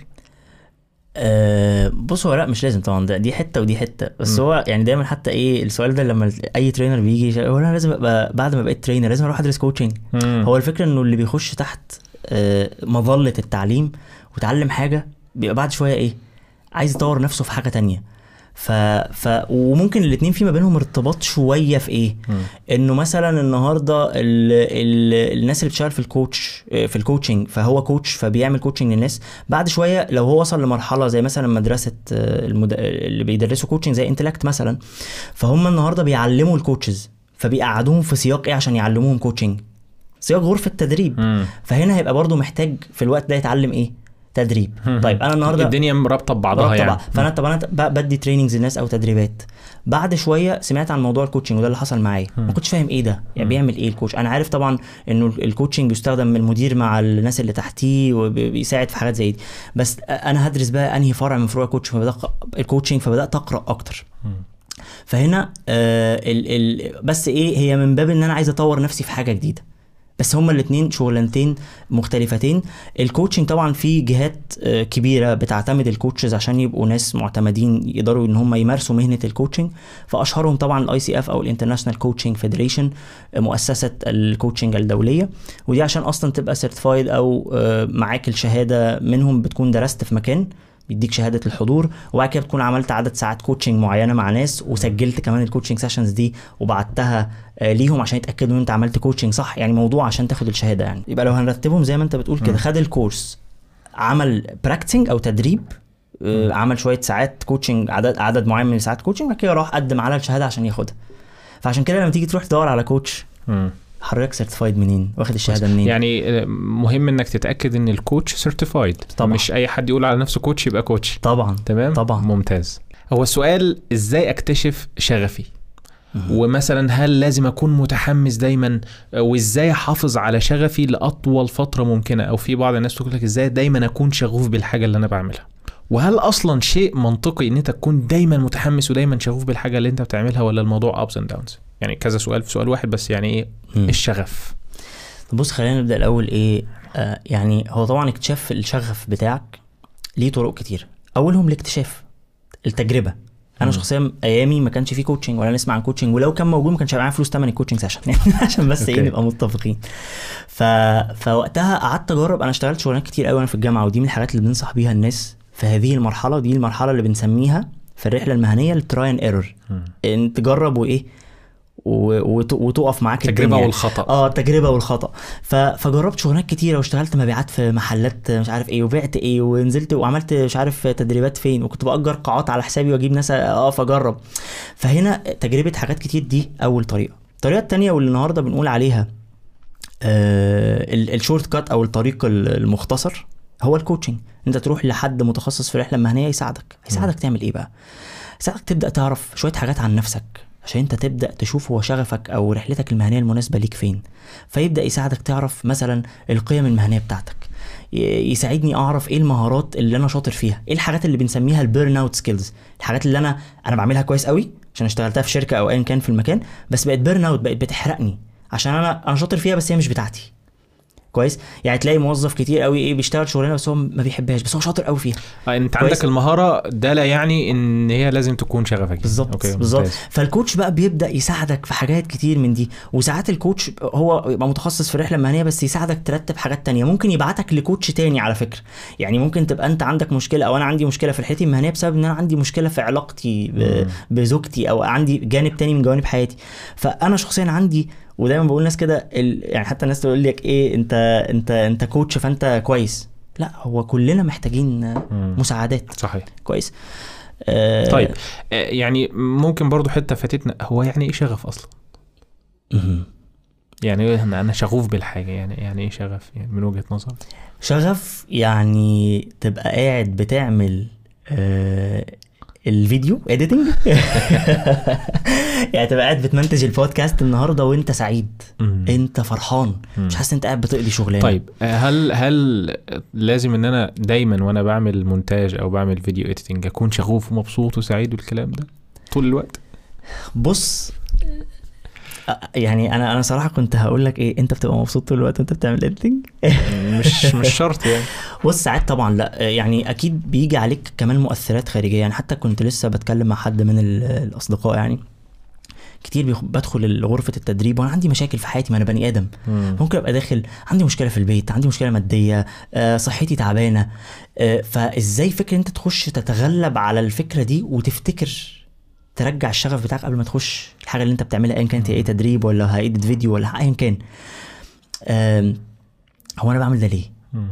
أه بص هو لا مش لازم طبعا، ده دي حته ودي حته، بس م. هو يعني دايما حتى ايه السؤال ده لما اي ترينر بيجي هو انا لازم ابقى بعد ما بقيت ترينر لازم اروح ادرس كوتشنج؟ هو الفكره انه اللي بيخش تحت أه مظله التعليم وتعلم حاجه بيبقى بعد شويه ايه عايز يطور نفسه في حاجه تانية. ف... ف وممكن الاثنين في ما بينهم ارتباط شويه في ايه، م. انه مثلا النهارده ال... ال... الناس اللي بتشتغل في الكوتش في الكوتشنج فهو كوتش فبيعمل كوتشنج للناس. بعد شويه لو هو وصل لمرحله زي مثلا مدرسه المد... اللي بيدرسوا كوتشنج زي انتلكت مثلا، فهم النهارده بيعلموا الكوتشز فبيقعدوهم في سياق ايه عشان يعلموهم كوتشنج، سياق غرفه تدريب. م. فهنا هيبقى برضو محتاج في الوقت ده يتعلم ايه تدريب. طيب انا النهارده الدنيا مرابطه ببعضها يعني. فانا طب انا بدي تريننجز للناس او تدريبات، بعد شويه سمعت عن موضوع الكوتشنج وده اللي حصل معايا، ما كنتش فاهم ايه ده يعني بيعمل ايه الكوتش. انا عارف طبعا انه الكوتشنج بيستخدم من المدير مع الناس اللي تحتيه وبيساعد في حاجات زي دي، بس انا هدرس بقى انهي فرع من فروع الكوتش فبدات الكوتشنج فبدات اقرا اكتر. فهنا آه ال ال بس ايه هي من باب ان انا عايز اطور نفسي في حاجه جديده، بس هما الاثنين شغلانتين مختلفتين. الكوتشنج طبعا في جهات كبيره بتعتمد الكوتشز عشان يبقوا ناس معتمدين يقدروا ان هم يمارسوا مهنه الكوتشنج، فاشهرهم طبعا الاي سي اف او الانترناشونال كوتشنج فيدريشن، مؤسسه الكوتشنج الدوليه، ودي عشان اصلا تبقى سيرتيفايد او معاك الشهاده منهم بتكون درست في مكان بيديك شهاده الحضور، وبعد كده بتكون عملت عدد ساعات كوتشنج معينه مع ناس وسجلت كمان الكوتشنج سيشنز دي وبعتها ليهم عشان يتاكدوا ان انت عملت كوتشنج صح، يعني موضوع عشان تاخد الشهاده. يعني يبقى لو هنرتبهم زي ما انت بتقول كده، خد الكورس، عمل براكتسنج او تدريب، عمل شويه ساعات كوتشنج، عدد عدد معين من ساعات كوتشنج، بعد كده راح قدم على الشهاده عشان ياخدها. فعشان كده لما تيجي تروح تدور على كوتش حضرتك سيرتيفايد منين، واخد الشهاده منين. يعني مهم انك تتاكد ان الكوتش سيرتيفايد، مش اي حد يقول على نفسه كوتش يبقى كوتش. طبعا تمام طبعا ممتاز. هو السؤال ازاي اكتشف شغفي، ومثلا هل لازم اكون متحمس دايما، وازاي احافظ على شغفي لاطول فتره ممكنه، او في بعض الناس تقول لك ازاي دايما اكون شغوف بالحاجه اللي انا بعملها، وهل اصلا شيء منطقي ان انت تكون دايما متحمس ودايما شغوف بالحاجه اللي انت بتعملها، ولا الموضوع ups and downs؟ يعني كذا سؤال في سؤال واحد بس. يعني ايه م. الشغف؟ بص خلينا نبدا الاول ايه آه يعني هو طبعا اكتشاف الشغف بتاعك ليه طرق كتير، اولهم الاكتشاف التجربه. انا شخصيا ايامي ما كانش فيه كوتشنج ولا نسمع عن كوتشنج، ولو كان موجود ما كانش معايا فلوس تمن الكوتشنج سيشن عشان بس ايه نبقى متفقين. ف... فوقتها قعدت اجرب. انا اشتغلت شغلانات كتير قوي وانا في الجامعه، ودي من الحاجات اللي بننصح بيها الناس في هذه المرحله، ودي المرحله اللي بنسميها في الرحله المهنيه التراي اند ايرور، ان تجرب وايه وتقف معاك التجربه والخطا. اه التجربه والخطا. فجربت شغلانات كتيره واشتغلت مبيعات في محلات مش عارف ايه، وبعت ايه، ونزلت وعملت مش عارف تدريبات فين، وكنت باجر قاعات على حسابي واجيب ناس اقف اجرب. فهنا تجربه حاجات كتير، دي اول طريقه. الطريقه الثانيه واللي النهارده بنقول عليها آه الشورت كات او الطريق المختصر هو الكوتشنج. انت تروح لحد متخصص في الرحله المهنيه يساعدك. هيساعدك تعمل ايه بقى؟ يساعدك تبدا تعرف شويه حاجات عن نفسك، عشان انت تبدا تشوف هو شغفك او رحلتك المهنيه المناسبه ليك فين. فيبدا يساعدك تعرف مثلا القيم المهنيه بتاعتك، يساعدني اعرف ايه المهارات اللي انا شاطر فيها، ايه الحاجات اللي بنسميها البيرن اوت سكيلز، الحاجات اللي انا انا بعملها كويس قوي عشان اشتغلتها في شركه او ايا كان في المكان، بس بقت بيرن اوت، بقت بتحرقني عشان انا انا شاطر فيها بس هي مش بتاعتي. كويس. يعني تلاقي موظف كتير قوي ايه بيشتغل شغلانه بس هو ما بيحبهاش بس هو شاطر قوي فيها. اه انت كويس؟ عندك المهاره ده لا يعني ان هي لازم تكون شغفك. بالظبط بالظبط. فالكوتش بقى بيبدا يساعدك في حاجات كتير من دي. وساعات الكوتش هو يبقى متخصص في الرحله المهنيه بس يساعدك ترتب حاجات تانية، ممكن يبعتك لكوتش تاني على فكره. يعني ممكن تبقى انت عندك مشكله او انا عندي مشكله في رحلتي المهنيه بسبب ان انا عندي مشكله في علاقتي بزوجتي او عندي جانب تاني من جوانب حياتي. فانا شخصيا عندي، ودايما بقول الناس كده يعني حتى الناس تقول لك ايه انت انت انت كوتش فانت كويس. لا، هو كلنا محتاجين مساعدات. صحيح. كويس. آه طيب آه يعني ممكن برضو حته فاتتنا، هو يعني ايه شغف اصلا؟ مم. يعني انا شغوف بالحاجه، يعني يعني ايه شغف يعني من وجهه نظرك؟ شغف يعني تبقى قاعد بتعمل آه الفيديو اديتنج يعني تبقى قاعد بتمنتج البودكاست النهارده وانت سعيد، مم. انت فرحان، مم. مش حاسس انت قاعد بتقضي شغلانه. طيب هل هل لازم ان انا دايما وانا بعمل مونتاج او بعمل فيديو اديتنج اكون شغوف ومبسوط وسعيد والكلام ده طول الوقت؟ بص يعني انا انا صراحه كنت هقول لك ايه، انت بتبقى مبسوط طول الوقت وانت بتعمل اديتنج؟ مش مش شرط يعني. بص ساعات طبعا لا، يعني اكيد بيجي عليك كمان مؤثرات خارجيه. يعني حتى كنت لسه بتكلم مع حد من الاصدقاء، يعني كتير بدخل غرفه التدريب وانا عندي مشاكل في حياتي، ما انا بني ادم. مم. ممكن ابقى داخل عندي مشكله في البيت، عندي مشكله ماديه، آه صحتي تعبانه، آه فازاي فكره انت تخش تتغلب على الفكره دي وتفتكر ترجع الشغف بتاعك قبل ما تخش الحاجه اللي انت بتعملها، ايا كانت ايه، تدريب ولا هايدت فيديو ولا ايا كان. هو انا بعمل ده ليه؟ مم.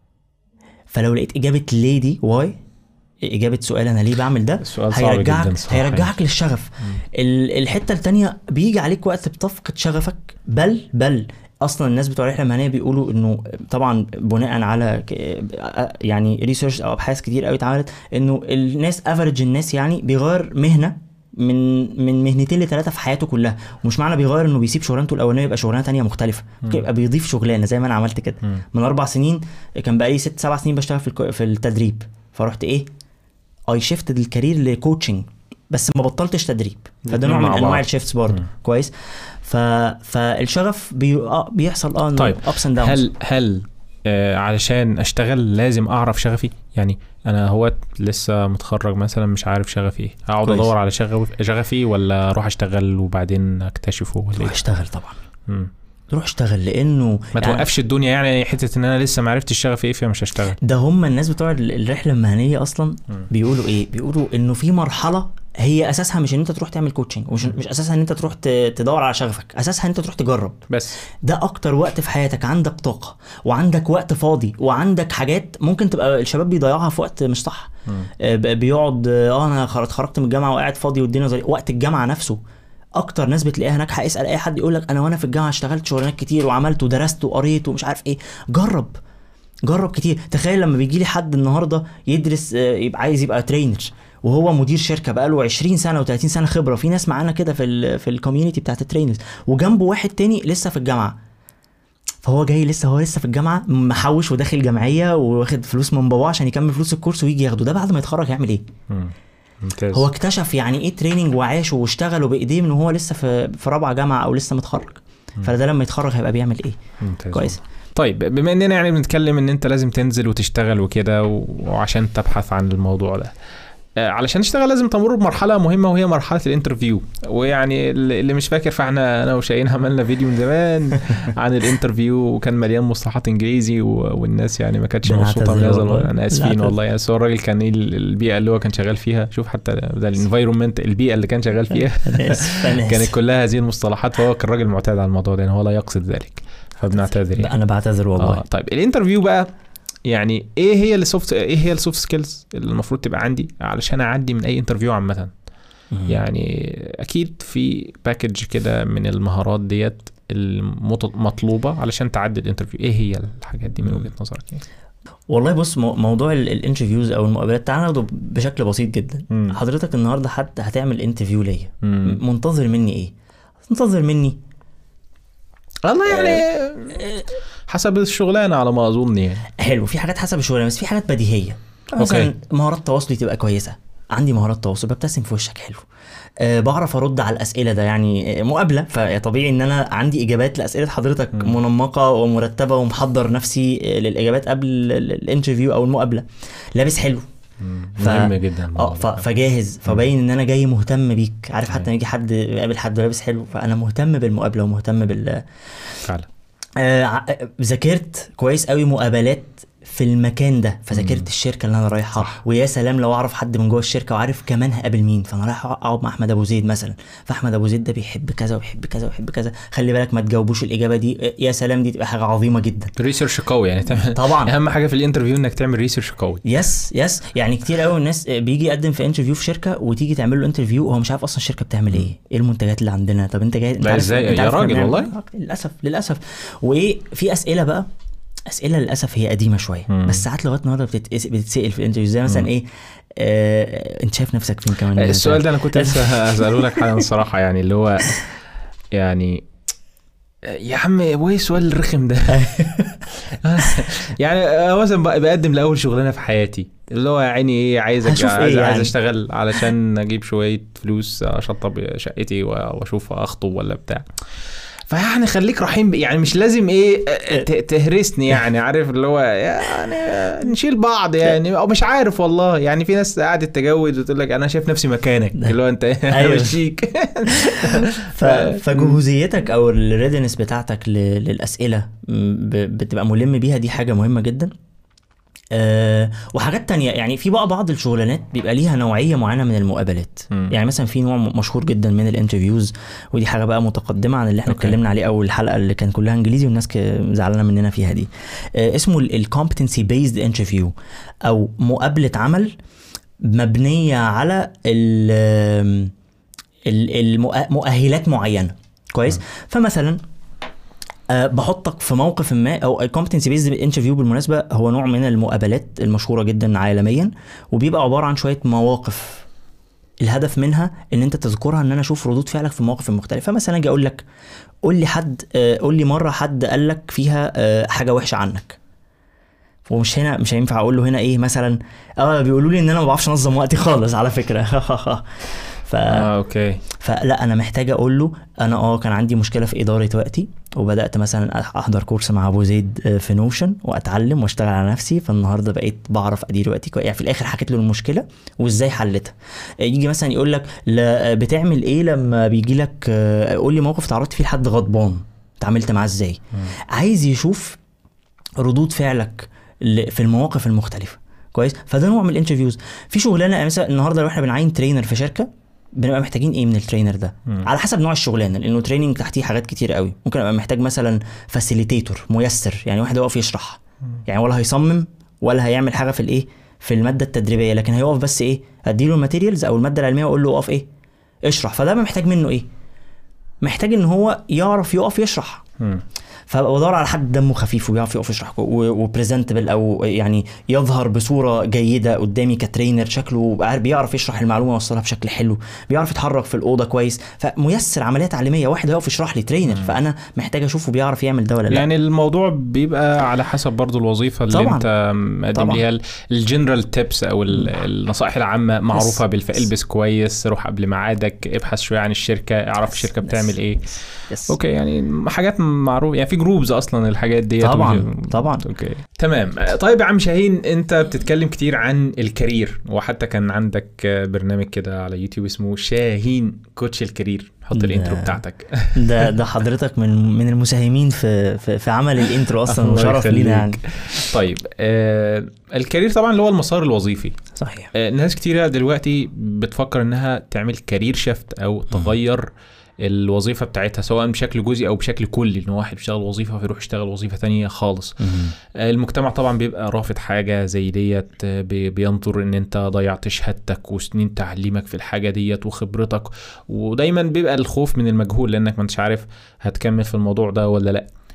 فلو لقيت اجابه ليه دي واي، اجابه سؤال انا ليه بعمل ده، هيرجعك هيرجعك للشغف. الحته الثانيه بيجي عليك وقت بتفقد شغفك، بل بل اصلا الناس بتوع الرحله المهنيه بيقولوا انه طبعا بناء على يعني ريسيرش او ابحاث كتير قوي اتعملت انه الناس افريج الناس يعني بيغير مهنه من من مهنتين لثلاثه في حياته كلها. ومش معنى بيغير انه بيسيب شغلانته الاولانيه يبقى شغلانه تانية مختلفه، ممكن يبقى بيضيف شغلانه زي ما انا عملت كده. م. من اربع سنين كان بقى لي ست سبع سنين بشتغل في في التدريب، فرحت ايه اي شيفت الكارير لكوتشنج بس ما بطلتش تدريب، فده نوع من انواع الشيفتس برضه. كويس. ف فالشغف بي... آه بيحصل اه طيب ابس اند داونز. هل هل آه علشان اشتغل لازم اعرف شغفي؟ يعني انا هو لسه متخرج مثلا مش عارف شغفي ايه، اقعد ادور على شغف شغفي ولا اروح اشتغل وبعدين اكتشفه ولا اروح اشتغل؟ طبعا م. تروح اشتغل، لانه ما يعني توقفش الدنيا. يعني حته ان انا لسه ما عرفتش الشغف ايه فيها مش هشتغل. ده هم الناس بتوع الرحله المهنيه اصلا م. بيقولوا ايه، بيقولوا انه في مرحله هي اساسها مش ان انت تروح تعمل كوتشنج، ومش مش اساسها ان انت تروح تدور على شغفك، اساسها ان انت تروح تجرب بس. ده اكتر وقت في حياتك عندك طاقه وعندك وقت فاضي وعندك حاجات ممكن تبقى الشباب بيضيعها في وقت مش صح. م. بيقعد اه انا خرجت من الجامعه وقاعد فاضي والدنيا زي وقت الجامعه نفسه. اكتر ناس بتلاقيها ناجحه، اسال اي حد يقول لك انا وانا في الجامعه اشتغلت شغلانات كتير وعملت ودرست وقريت ومش عارف ايه. جرب جرب كتير. تخيل لما بيجي لي حد النهارده يدرس يبقى عايز يبقى ترينر وهو مدير شركه بقاله عشرين سنه وثلاثين سنه خبره، في ناس معانا كده في ال في الكوميونتي بتاعت الترينرز، وجنبه واحد تاني لسه في الجامعه، فهو جاي لسه هو لسه في الجامعه محوش وداخل جمعيه واخد فلوس من باباه عشان يكمل فلوس الكورس ويجي ياخده. ده بعد ما يتخرج هيعمل ايه؟ ممتاز. هو اكتشف يعني ايه تريننج وعاش واشتغل بايديه من وهو لسه في في رابعه جامعه او لسه متخرج. فده لما يتخرج هيبقى بيعمل ايه؟ ممتاز. كويس. طيب بما اننا يعني بنتكلم ان انت لازم تنزل وتشتغل وكده وعشان تبحث عن الموضوع ده، علشان تشتغل لازم تمر بمرحله مهمه وهي مرحله الانترفيو. ويعني اللي مش فاكر فاحنا انا وشاهين عملنا فيديو من زمان عن الانترفيو وكان مليان مصطلحات انجليزي والناس يعني ما كانتش مبسوطه من هذا. انا اسفين والله. يعني هو الراجل كان البيئه اللي هو كان شغال فيها، شوف حتى ده الانفايرمنت البيئه اللي كان شغال فيها كانت كلها هذه المصطلحات، فهو كان راجل معتاد على الموضوع ده، يعني هو لا يقصد ذلك، فبنعتذر يعني. انا بعتذر والله. آه طيب الانترفيو بقى يعني ايه هي السوفت ايه هي السوفت سكيلز اللي المفروض تبقى عندي علشان اعدي من اي انترفيو عامه؟ يعني اكيد في باكج كده من المهارات ديت المطلوبه علشان تعدي الانترفيو. ايه هي الحاجات دي من وجهه نظرك؟ والله بص، مو- موضوع الانترفيوز او المقابلات تعالى ناخده بشكل بسيط جدا. مم. حضرتك النهارده حتى هتعمل انترفيو ليا، مم. منتظر مني ايه؟ منتظر مني والله يعني حسب الشغلانه على ما اظن يعني. حلو، في حاجات حسب الشغل، بس في حاجات بديهيه. مثلا أوكي. مهارات تواصلي تبقى كويسه، عندي مهارات تواصل، ببتسم في وشك حلو، أه بعرف ارد على الاسئله، ده يعني آه، مقابله، فطبيعي ان انا عندي اجابات لاسئله حضرتك مم. منمقه ومرتبه ومحضر نفسي آه، للاجابات قبل ال- ال- الانترفيو او المقابله. لابس حلو، ف- مهم جدا. اه ف- فجاهز، فباين ان انا جاي مهتم بيك. عارف حتى لما يجي حد يقابل حد لابس حلو، فانا مهتم بالمقابله ومهتم بال فعلا. آه، ع- ذاكرت كويس قوي مقابلات في المكان ده، فذاكرت الشركه اللي انا رايحها. ويا سلام لو اعرف حد من جوه الشركه وعارف كمان هقابل مين، فانا رايح اقعد مع احمد ابو زيد مثلا، فاحمد ابو زيد ده بيحب كذا ويحب كذا ويحب كذا، خلي بالك ما تجاوبوش الاجابه دي. يا سلام، دي تبقى حاجه عظيمه جدا. ريسيرش قوي يعني تعمل. طبعا اهم حاجه في الانترفيو انك تعمل ريسيرش قوي. يس يس يعني كتير قوي الناس بيجي يقدم في انترفيو في شركه، وتيجي تعمل له انترفيو وهو مش عارف اصلا الشركه بتعمل ايه، ايه المنتجات اللي عندنا. طب انت جاي انت لا عارف ازاي انت يا عارف راجل إحنا والله. بنعمل- للاسف للاسف. وايه، في اسئله بقى، اسئله للاسف هي قديمه شويه، مم. بس ساعات لغايه النهارده بتتس- بتتسال في الانترفيو، زي مثلا مم. ايه، آه، انت شايف نفسك فين كمان؟ السؤال ده انا كنت لسه هساله لك حالا الصراحه، يعني اللي هو يعني يا عم وايه السؤال الرخم ده؟ يعني مثلا بق- بقدم لاول شغلانه في حياتي، اللي هو يعني ايه، عايز هشوف عايز, إيه عايز يعني؟ اشتغل علشان اجيب شويه فلوس اشطب شقتي و- واشوف اخطب ولا بتاع. فيعني خليك رحيم ب- يعني مش لازم ايه ت- تهرسني يعني، عارف اللي هو يعني نشيل بعض يعني، او مش عارف والله يعني. في ناس قاعده تتجوز وتقول لك انا شايف نفسي مكانك، اللي هو انت أيوة. مشيك. ف... فجهوزيتك او الريدنس بتاعتك ل... للاسئله ب... بتبقى ملم بيها، دي حاجه مهمه جدا. أه وحاجات تانية يعني، في بقى بعض الشغلانات بيبقى ليها نوعية معينة من المقابلات. مم. يعني مثلا في نوع مشهور جدا من الانترفيوز، ودي حاجة بقى متقدمة عن اللي احنا أوكي. اتكلمنا عليه اول حلقة اللي كان كلها انجليزي والناس ك- زعلانة مننا فيها دي. أه اسمه الكومبتنسي بيزد انترفيو، او مقابلة عمل مبنية على ال المؤهلات معينة. كويس. فمثلا أه بحطك في موقف ما، او competency based interview بالمناسبة هو نوع من المقابلات المشهورة جدا عالميا، وبيبقى عبارة عن شوية مواقف الهدف منها ان انت تذكرها، ان انا اشوف ردود فعلك في المواقف المختلفة. مثلا اجي اقول لك قول لي حد أه قول لي مرة حد قال لك فيها أه حاجة وحشة عنك، ومش هنا مش هينفع اقول له هنا ايه مثلا، اه بيقولوا لي ان انا ما بعرفش انظم وقتي خالص على فكرة. ف... اه اوكي. فلا انا محتاج اقول له انا اه كان عندي مشكله في اداره وقتي، وبدات مثلا احضر كورس مع ابو زيد في نوشن واتعلم واشتغل على نفسي، فالنهارده بقيت بعرف ادير وقتي كويس. يعني في الاخر حكيت له المشكله وازاي حلتها. يجي مثلا يقول لك لا بتعمل ايه لما بيجي لك، قول لي موقف تعرضت فيه لحد غضبان اتعاملت معاه ازاي. عايز يشوف ردود فعلك في المواقف المختلفه. كويس. فده نوع من الانترفيوز. في شغلانه مثلا النهارده لو احنا بنعين ترينر في شركه، بنبقى محتاجين ايه من الترينر ده؟ مم. على حسب نوع الشغلانه، لانه تريننج تحتيه حاجات كتير قوي. ممكن ابقى محتاج مثلا فاسيليتيتور ميسر، يعني واحد يقف يشرح، مم. يعني ولا هيصمم ولا هيعمل حاجه في الايه في الماده التدريبيه، لكن هيقف بس ايه، اديله الماتيريالز او الماده العلميه واقول له اقف ايه اشرح. فده محتاج منه ايه، محتاج ان هو يعرف يقف يشرح. مم. فبدور على حد دمه خفيف وبيعرف يقف يشرح وبريزنتبل، او يعني يظهر بصوره جيده قدامي كترينر، شكله بيعرف يشرح المعلومه ويوصلها بشكل حلو، بيعرف يتحرك في الاوضه كويس، فميسر عمليه تعليميه. واحد هيقف يشرح لي ترينر، فانا محتاج اشوفه بيعرف يعمل ده ولا لا. يعني الموضوع بيبقى على حسب برضو الوظيفه اللي طبعاً. انت مقدم ليها. الجنرال تيبس او النصائح العامه معروفه بالفعل، البس كويس، روح قبل ميعادك، ابحث شويه عن الشركه، اعرف الشركه بتعمل ايه. يس. اوكي، يعني حاجات معروفه، يعني في جروبز اصلا الحاجات دي طبعا طبعا. اوكي تمام. طيب يا عم شاهين، انت بتتكلم كتير عن الكارير، وحتى كان عندك برنامج كده على يوتيوب اسمه شاهين كوتش الكارير. حط الانترو بتاعتك. ده ده حضرتك من من المساهمين في في, في عمل الانترو اصلا، وشرف لينا يعني. طيب آه الكارير طبعا اللي هو المسار الوظيفي. صحيح. آه ناس كتيره دلوقتي بتفكر انها تعمل كارير شيفت او تغير الوظيفه بتاعتها، سواء بشكل جزئي او بشكل كلي، ان واحد بيشتغل وظيفه فيروح يشتغل وظيفه تانية خالص. المجتمع طبعا بيبقى رافض حاجه زي ديت، بينظر ان انت ضيعت شهادتك وسنين تعليمك في الحاجه ديت وخبرتك، ودايما بيبقى الخوف من المجهول، لانك ما انتش عارف هتكمل في الموضوع ده ولا لا.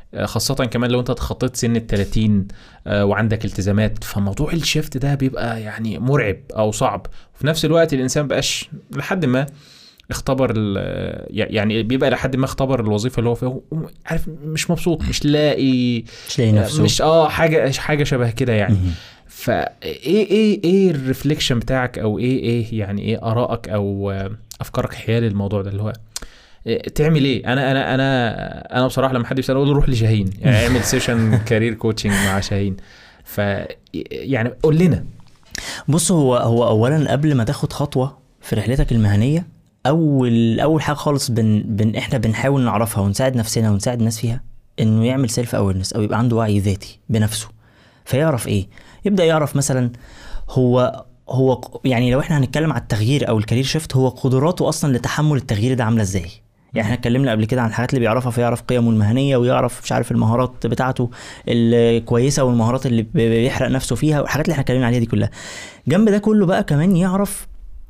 خاصة كمان لو انت تخطيت سن التلاتين وعندك التزامات، فموضوع الشيفت ده بيبقى يعني مرعب او صعب. وفي نفس الوقت الانسان بقاش لحد ما اختبر يعني بيبقى لحد ما اختبر الوظيفة اللي هو فيها، عارف مش مبسوط، مش لاقي مش لاقي نفسه، مش اه حاجة حاجة شبه كده يعني. فايه ايه ايه الريفليكشن بتاعك، او ايه ايه يعني ايه ارائك او افكارك حيال الموضوع ده اللي هو تعمل ايه؟ انا انا انا انا بصراحه لما حد بيسالني اقول له روح لشاهين، يعني اعمل سيشن كارير كوتشنج مع شاهين. ف يعني قول لنا. بص، هو هو اولا قبل ما تاخد خطوه في رحلتك المهنيه، اول اول حاجه خالص بن, بن احنا بنحاول نعرفها ونساعد نفسنا ونساعد الناس فيها، انه يعمل سيلف اويرنس او يبقى عنده وعي ذاتي بنفسه. فيعرف ايه؟ يبدا يعرف مثلا هو هو يعني لو احنا هنتكلم على التغيير او الكارير شيفت، هو قدراته اصلا لتحمل التغيير ده عامله ازاي. يعني احنا اتكلمنا قبل كده عن الحاجات اللي بيعرفها، فيعرف قيمه المهنيه، ويعرف مش عارف المهارات بتاعته الكويسه والمهارات اللي بيحرق نفسه فيها، والحاجات اللي احنا اتكلمنا عليها دي كلها. جنب ده كله بقى كمان يعرف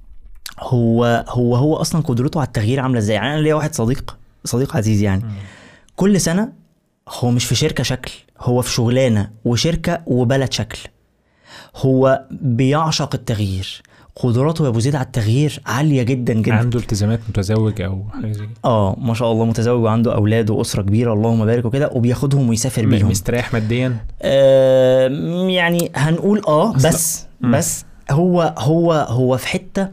هو هو هو اصلا قدرته على التغيير عامله ازاي. يعني انا ليا واحد صديق صديق عزيز يعني م. كل سنه هو مش في شركه شكل، هو في شغلانه وشركه وبلد شكل. هو بيعشق التغيير، قدراته يا ابو زيد على التغيير عاليه جدا جدا. عنده التزامات، متزوج او حاجه زي اه ما شاء الله متزوج وعنده اولاد واسره كبيره اللهم بارك وكده، وبياخدهم ويسافر بيهم. مستريح ماديا آه يعني هنقول اه بس م. بس هو هو هو في حته،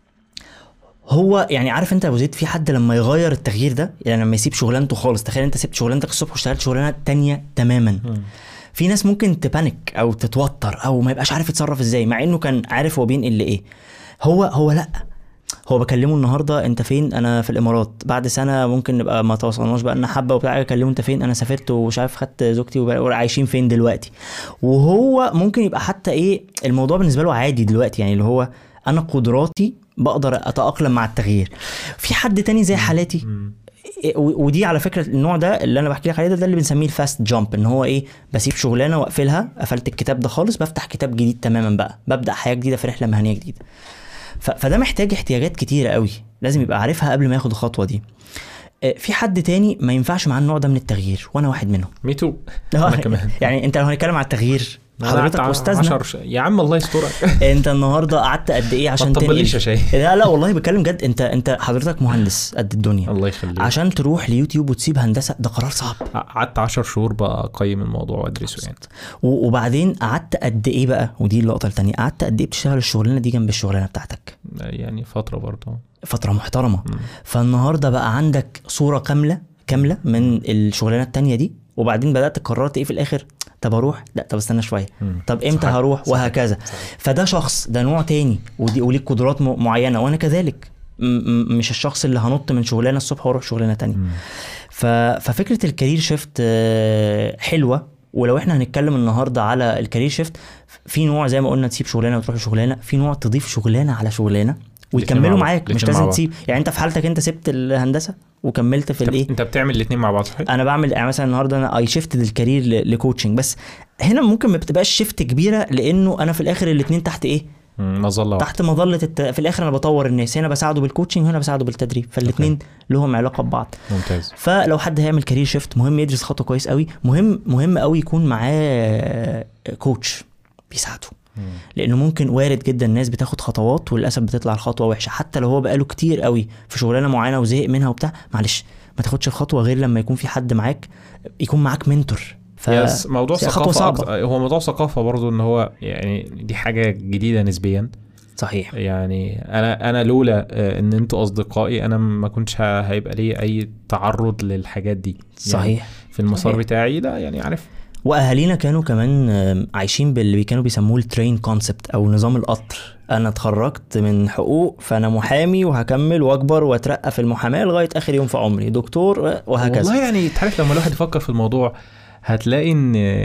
هو يعني عارف انت يا ابو زيد، في حد لما يغير التغيير ده، يعني لما يسيب شغلانته خالص، تخيل انت سبت شغلانتك الصبح واشتغلت شغلانه تانية تماما. م. في ناس ممكن تبانك او تتوتر او ما يبقاش عارف يتصرف ازاي، مع انه كان عارف هو بينقل لايه. هو هو لا هو بكلمه النهارده انت فين؟ انا في الامارات. بعد سنه ممكن نبقى ما توصلناش بقى لنا حبه وبتاع، اكلمه انت فين؟ انا سافرت ومش عارف خدت زوجتي وعايشين فين دلوقتي. وهو ممكن يبقى حتى ايه الموضوع بالنسبه له عادي دلوقتي، يعني اللي هو انا قدراتي بقدر اتاقلم مع التغيير. في حد تاني زي حالاتي، ودي على فكره النوع ده اللي انا بحكي لك عليه ده, ده اللي بنسميه الفاست جامب، ان هو ايه بسيب شغلانه واقفلها، قفلت الكتاب ده خالص، بفتح كتاب جديد تماما بقى، ببدا حياه جديده في رحله مهنيه جديده. فده محتاج احتياجات كتيره قوي لازم يبقى عارفها قبل ما ياخد الخطوه دي. في حد تاني ما ينفعش معاه النوع ده من التغيير، وانا واحد منهم. ميتو انا كمان. يعني انت لو هنتكلم على التغيير، حضرتك استاذنا يا عم الله يسترك. انت النهارده قعدت قد ايه عشان تنقل؟ لا لا والله بتكلم جد. انت انت حضرتك مهندس قد الدنيا، الله يخليك، عشان تروح ليوتيوب وتسيب هندسه ده قرار صعب. قعدت عشر شهور بقى اقيم الموضوع وادرسه يعني. وبعدين قعدت قد ايه بقى، ودي اللقطه الثانيه، قعدت قد ايه بتشتغل الشغلانه دي جنب الشغلانه بتاعتك؟ يعني فتره برضه، فتره محترمه. م. فالنهارده بقى عندك صوره كامله كامله من الشغلانه الثانيه دي، وبعدين بدات قررت ايه في الاخر؟ طب اروح؟ لا طب استنى شويه، طب امتى صحيح. هروح؟ صحيح. وهكذا. صحيح. فده شخص، ده نوع تاني، ودي وليه قدرات معينه، وانا كذلك م- مش الشخص اللي هنط من شغلانه الصبح واروح شغلانه تانية. ف... ففكره الكارير شيفت حلوه. ولو احنا هنتكلم النهارده على الكارير شيفت، في نوع زي ما قلنا تسيب شغلانه وتروح شغلانه، في نوع تضيف شغلانه على شغلانه ويكملوا معاك، مش لازم تسيب. يعني انت في حالتك انت سبت الهندسه وكملت في الايه، انت بتعمل الاثنين مع بعض. صحيح. انا بعمل يعني مثلا النهارده انا اي شيفت الكارير لكوتشنج، بس هنا ممكن ما بتبقاش شيفت كبيره، لانه انا في الاخر الاثنين تحت ايه، مظله، تحت مظله الت... في الاخر انا بطور الناس، هنا بساعده بالكوتشنج وهنا بساعده بالتدريب، فالاثنين لهم علاقه ببعض. ممتاز. فلو حد هيعمل كارير شيفت مهم يدرس خطوه كويس قوي، مهم مهم قوي يكون معاه كوتش بيساعده، لانه ممكن وارد جدا الناس بتاخد خطوات وللاسف بتطلع الخطوه وحشه، حتى لو هو بقاله كتير قوي في شغلانه معينه وزهق منها وبتاع، معلش ما تاخدش الخطوه غير لما يكون في حد معاك، يكون معاك منتور. ف يس موضوع ثقافه، هو موضوع ثقافه برضو، ان هو يعني دي حاجه جديده نسبيا. صحيح. يعني انا انا لولا ان انتوا اصدقائي انا ما كنتش هيبقى لي اي تعرض للحاجات دي. صحيح. يعني في المسار صحيح. بتاعي لا يعني عارف. واهالينا كانوا كمان عايشين باللي كانوا بيسموه الترين كونسبت او نظام القطر. انا اتخرجت من حقوق فانا محامي وهكمل واكبر واترقى في المحاماه لغايه اخر يوم في عمري، دكتور وهكذا. والله يعني تعرف لما الواحد يفكر في الموضوع هتلاقي ان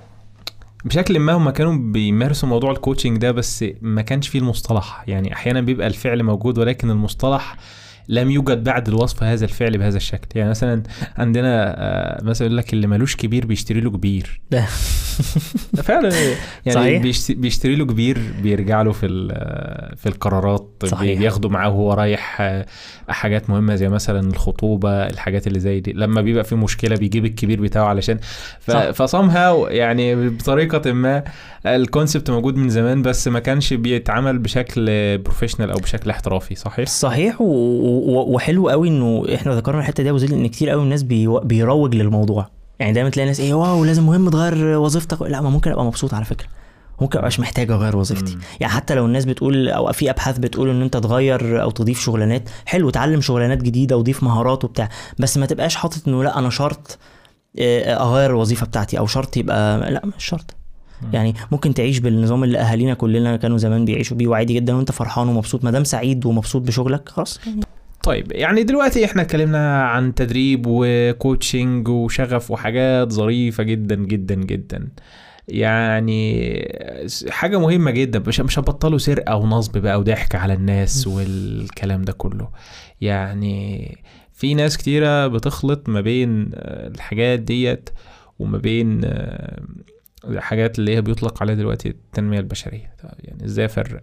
بشكل ما هم كانوا بيمارسوا موضوع الكوتشنج ده، بس ما كانش فيه المصطلح. يعني احيانا بيبقى الفعل موجود ولكن المصطلح لم يوجد بعد الوصف هذا الفعل بهذا الشكل. يعني مثلا عندنا آه مثلا يقول لك اللي ملوش كبير بيشتري له كبير. فعلا يعني بيشتري له كبير بيرجع له في في القرارات. صحيح. بياخده معاه وهو رايح حاجات مهمه زي مثلا الخطوبه، الحاجات اللي زي دي. لما بيبقى في مشكله بيجيب الكبير بتاعه علشان فصامها يعني بطريقه ما. الكونسبت موجود من زمان بس ما كانش بيتعمل بشكل بروفيشنال او بشكل احترافي. صحيح صحيح. وحلو قوي انه احنا ذكرنا الحته دي وزي ان كتير قوي الناس بيروج للموضوع. يعني دايما تلاقي ناس ايه واو لازم مهم تغير وظيفتك. لا، ما ممكن ابقى مبسوط على فكره، ممكن ابقاش محتاج اغير وظيفتي. يعني حتى لو الناس بتقول او في ابحاث بتقول ان انت تغير او تضيف شغلانات، حلو تعلم شغلانات جديده وضيف مهارات وبتاع، بس ما تبقاش حاطط انه لا انا شرط اغير الوظيفه بتاعتي او شرط يبقى، لا مش شرط. يعني ممكن تعيش بالنظام اللي اهالينا كلنا كانوا زمان بيعيشوا بيه وعادي جدا وانت فرحان ومبسوط. ما دام سعيد ومبسوط بشغلك خلاص. طيب يعني دلوقتي احنا اتكلمنا عن تدريب وكوتشنج وشغف وحاجات ظريفة جدا جدا جدا. يعني حاجة مهمة جدا. مش مش هبطلوا سرقة ونصب بقى وضحك على الناس والكلام ده كله. يعني في ناس كتيرة بتخلط ما بين الحاجات ديت وما بين الحاجات اللي هي بيطلق عليها دلوقتي التنمية البشرية. يعني ازاي افرق؟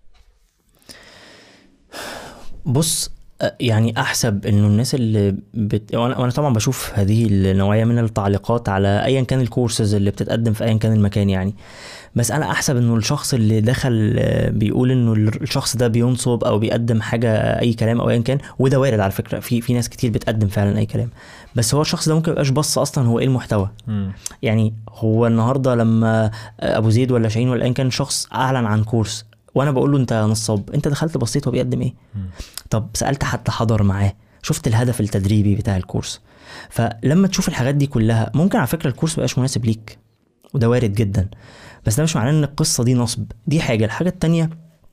بص، يعني احسب انه الناس اللي بت... وانا طبعا بشوف هذه النوعيه من التعليقات على ايا كان الكورسز اللي بتتقدم في ايا كان المكان يعني. بس انا احسب انه الشخص اللي دخل بيقول انه الشخص ده بينصب او بيقدم حاجه اي كلام او ايا كان، وده وارد على فكره، في في ناس كتير بتقدم فعلا اي كلام، بس هو الشخص ده ممكن يبقاش بص اصلا هو ايه المحتوى. م. يعني هو النهارده لما ابو زيد ولا شاهين ولا ايا كان شخص اعلن عن كورس وانا بقول له انت نصاب، انت دخلت بصيت هو بيقدم ايه؟ م. طب سالت حد حضر معاه، شفت الهدف التدريبي بتاع الكورس. فلما تشوف الحاجات دي كلها ممكن على فكره الكورس مبقاش مناسب ليك، وده وارد جدا، بس ده مش معناه ان القصه دي نصب. دي حاجه. الحاجه التانية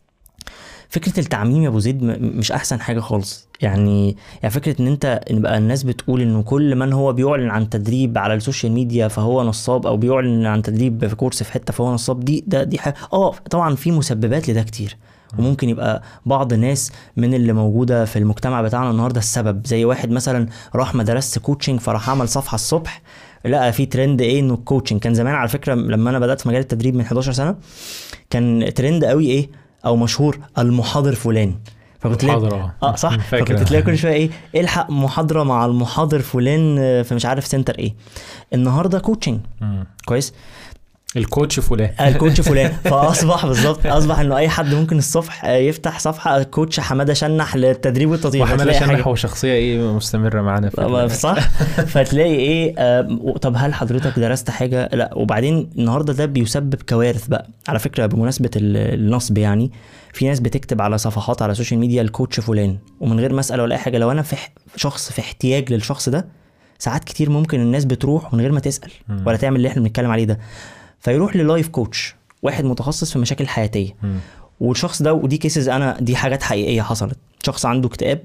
فكره التعميم يا ابو زيد مش احسن حاجه خالص. يعني يعني فكره ان انت ان بقى الناس بتقول انه كل من هو بيعلن عن تدريب على السوشيال ميديا فهو نصاب، او بيعلن عن تدريب في كورس في حته فهو نصاب. دي ده دي حاجه اه طبعا في مسببات لده كتير، وممكن يبقى بعض الناس من اللي موجوده في المجتمع بتاعنا النهارده السبب. زي واحد مثلا راح مدرسه كوتشنج فراح عمل صفحه الصبح لقى في ترند ايه انه الكوتشنج. كان زمان على فكره لما انا بدات في مجال التدريب من حداشر سنه كان ترند قوي ايه او مشهور المحاضر فلان. فكنت محاضره اه صح فكنت تلاقي كل شويه ايه الحق محاضره مع المحاضر فلان في مش عارف سنتر ايه. النهارده كوتشنج كويس، الكوتش فلان الكوتش فلان فاصبح بالظبط اصبح انه اي حد ممكن الصبح يفتح صفحه كوتش حماده شنح للتدريب والتطوير. حماده شنح هو شخصيه ايه مستمره معانا في صح. فتلاقي ايه آه طب هل حضرتك درست حاجه؟ لا. وبعدين النهارده ده بيسبب كوارث بقى على فكره. بمناسبه النصب يعني في ناس بتكتب على صفحات على السوشيال ميديا الكوتش فلان ومن غير مساله ولا اي حاجه. لو انا في شخص في احتياج للشخص ده ساعات كتير ممكن الناس بتروح من غير ما تسال ولا تعمل اللي احنا بنتكلم عليه ده، فيروح للايف كوتش واحد متخصص في مشاكل حياتيه. م. والشخص ده ودي كيسز انا دي حاجات حقيقيه حصلت. شخص عنده اكتئاب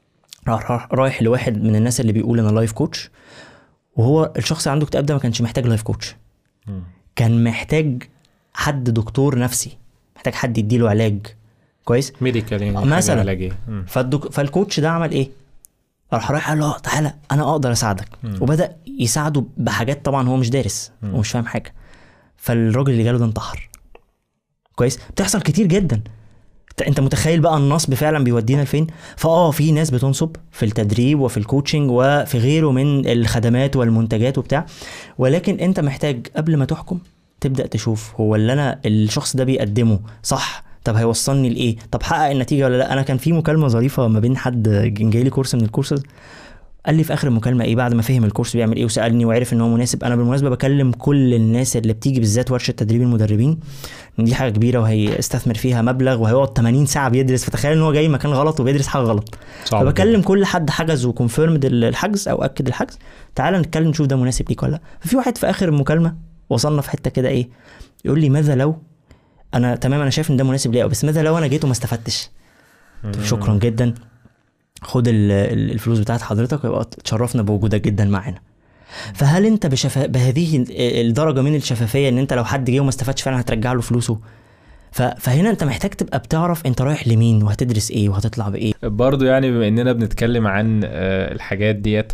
راح رايح لواحد من الناس اللي بيقول انا لايف كوتش، وهو الشخص عنده اكتئاب ده ما كانش محتاج لايف كوتش. م. كان محتاج حد دكتور نفسي، محتاج حد يديله علاج كويس ميديكال يعني مثلا علاجي. فالدك... فالكوتش ده عمل ايه؟ راح رايح قال له تعالى انا اقدر اساعدك. م. وبدا يساعده بحاجات طبعا هو مش دارس م. ومش فاهم حاجه. فالراجل اللي جاله ده انتحر كويس. بتحصل كتير جدا. انت متخيل بقى النصب فعلا بيودينا لفين؟ فاه في ناس بتنصب في التدريب وفي الكوتشنج وفي غيره من الخدمات والمنتجات وبتاع، ولكن انت محتاج قبل ما تحكم تبدا تشوف هو اللي انا الشخص ده بيقدمه صح؟ طب هيوصلني لايه؟ طب حقق النتيجه ولا لا؟ انا كان في مكالمه ظريفه ما بين حد جاي لي كورس من الكورسز قال لي في اخر المكالمه ايه بعد ما فهم الكورس بيعمل ايه وسالني وعرف ان هو مناسب. انا بالمناسبه بكلم كل الناس اللي بتيجي بالذات ورشه تدريب المدربين، دي حاجه كبيره وهيستثمر فيها مبلغ وهيقعد ثمانين ساعه بيدرس، فتخيل ان هو جاي مكان غلط وبيدرس حاجه غلط. فبكلم كل حد حجز وكونفيرمد الحجز او اكد الحجز، تعال نتكلم نشوف ده مناسب ليك ولا لا. ففي واحد في اخر المكالمه وصلنا في حته كده ايه يقول لي ماذا لو انا تمام انا شايف ان ده مناسب ليا بس ماذا لو انا جيت وما استفدتش؟ شكرا جدا، خد الفلوس بتاعت حضرتك ويبقى تشرفنا بوجودك جدا معانا. فهل انت بشفا... بهذه الدرجه من الشفافيه ان انت لو حد جه وما استفادش فعلا هترجع له فلوسه؟ فهنا انت محتاج تبقى بتعرف انت رايح لمين وهتدرس ايه وهتطلع بايه. برضو يعني بما اننا بنتكلم عن الحاجات ديت،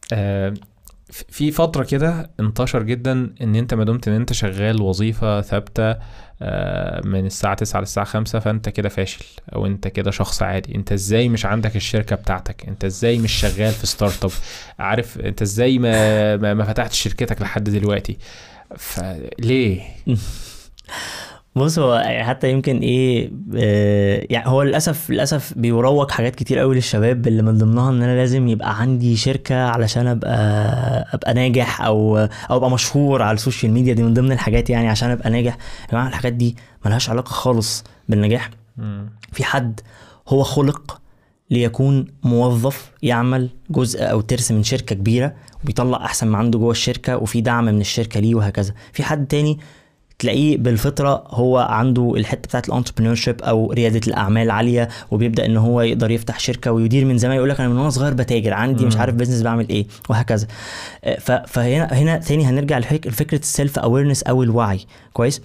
في فترة كده انتشر جدا ان انت ما دمت ان انت شغال وظيفة ثابتة من الساعة تسعة للساعة خمسة فانت كده فاشل او انت كده شخص عادي. انت ازاي مش عندك الشركة بتاعتك؟ انت ازاي مش شغال في ستارت اب؟ عارف انت ازاي ما, ما فتحت شركتك لحد دلوقتي؟ فليه؟ بص هو حتى يمكن ايه آه يعني هو للاسف للاسف بيروج حاجات كتير قوي للشباب اللي من ضمنها ان انا لازم يبقى عندي شركه علشان ابقى ابقى ناجح او او ابقى مشهور على السوشيال ميديا. دي من ضمن الحاجات يعني عشان ابقى ناجح. يا جماعه الحاجات دي ملهاش علاقه خالص بالنجاح. في حد هو خلق ليكون موظف يعمل جزء او ترس من شركه كبيره وبيطلع احسن ما عنده جوه الشركه وفي دعم من الشركه ليه وهكذا. في حد تاني تلاقيه بالفطرة هو عنده الحتة بتاعت الانتربرينورشيب او ريادة الاعمال عالية وبيبدأ ان هو يقدر يفتح شركة ويدير من زمان. يقولك انا من وانا صغير بتاجر عندي مش عارف بيزنس بعمل ايه وهكذا. فهنا هنا تاني هنرجع لفكرة السيلف اويرنس او الوعي. كويس.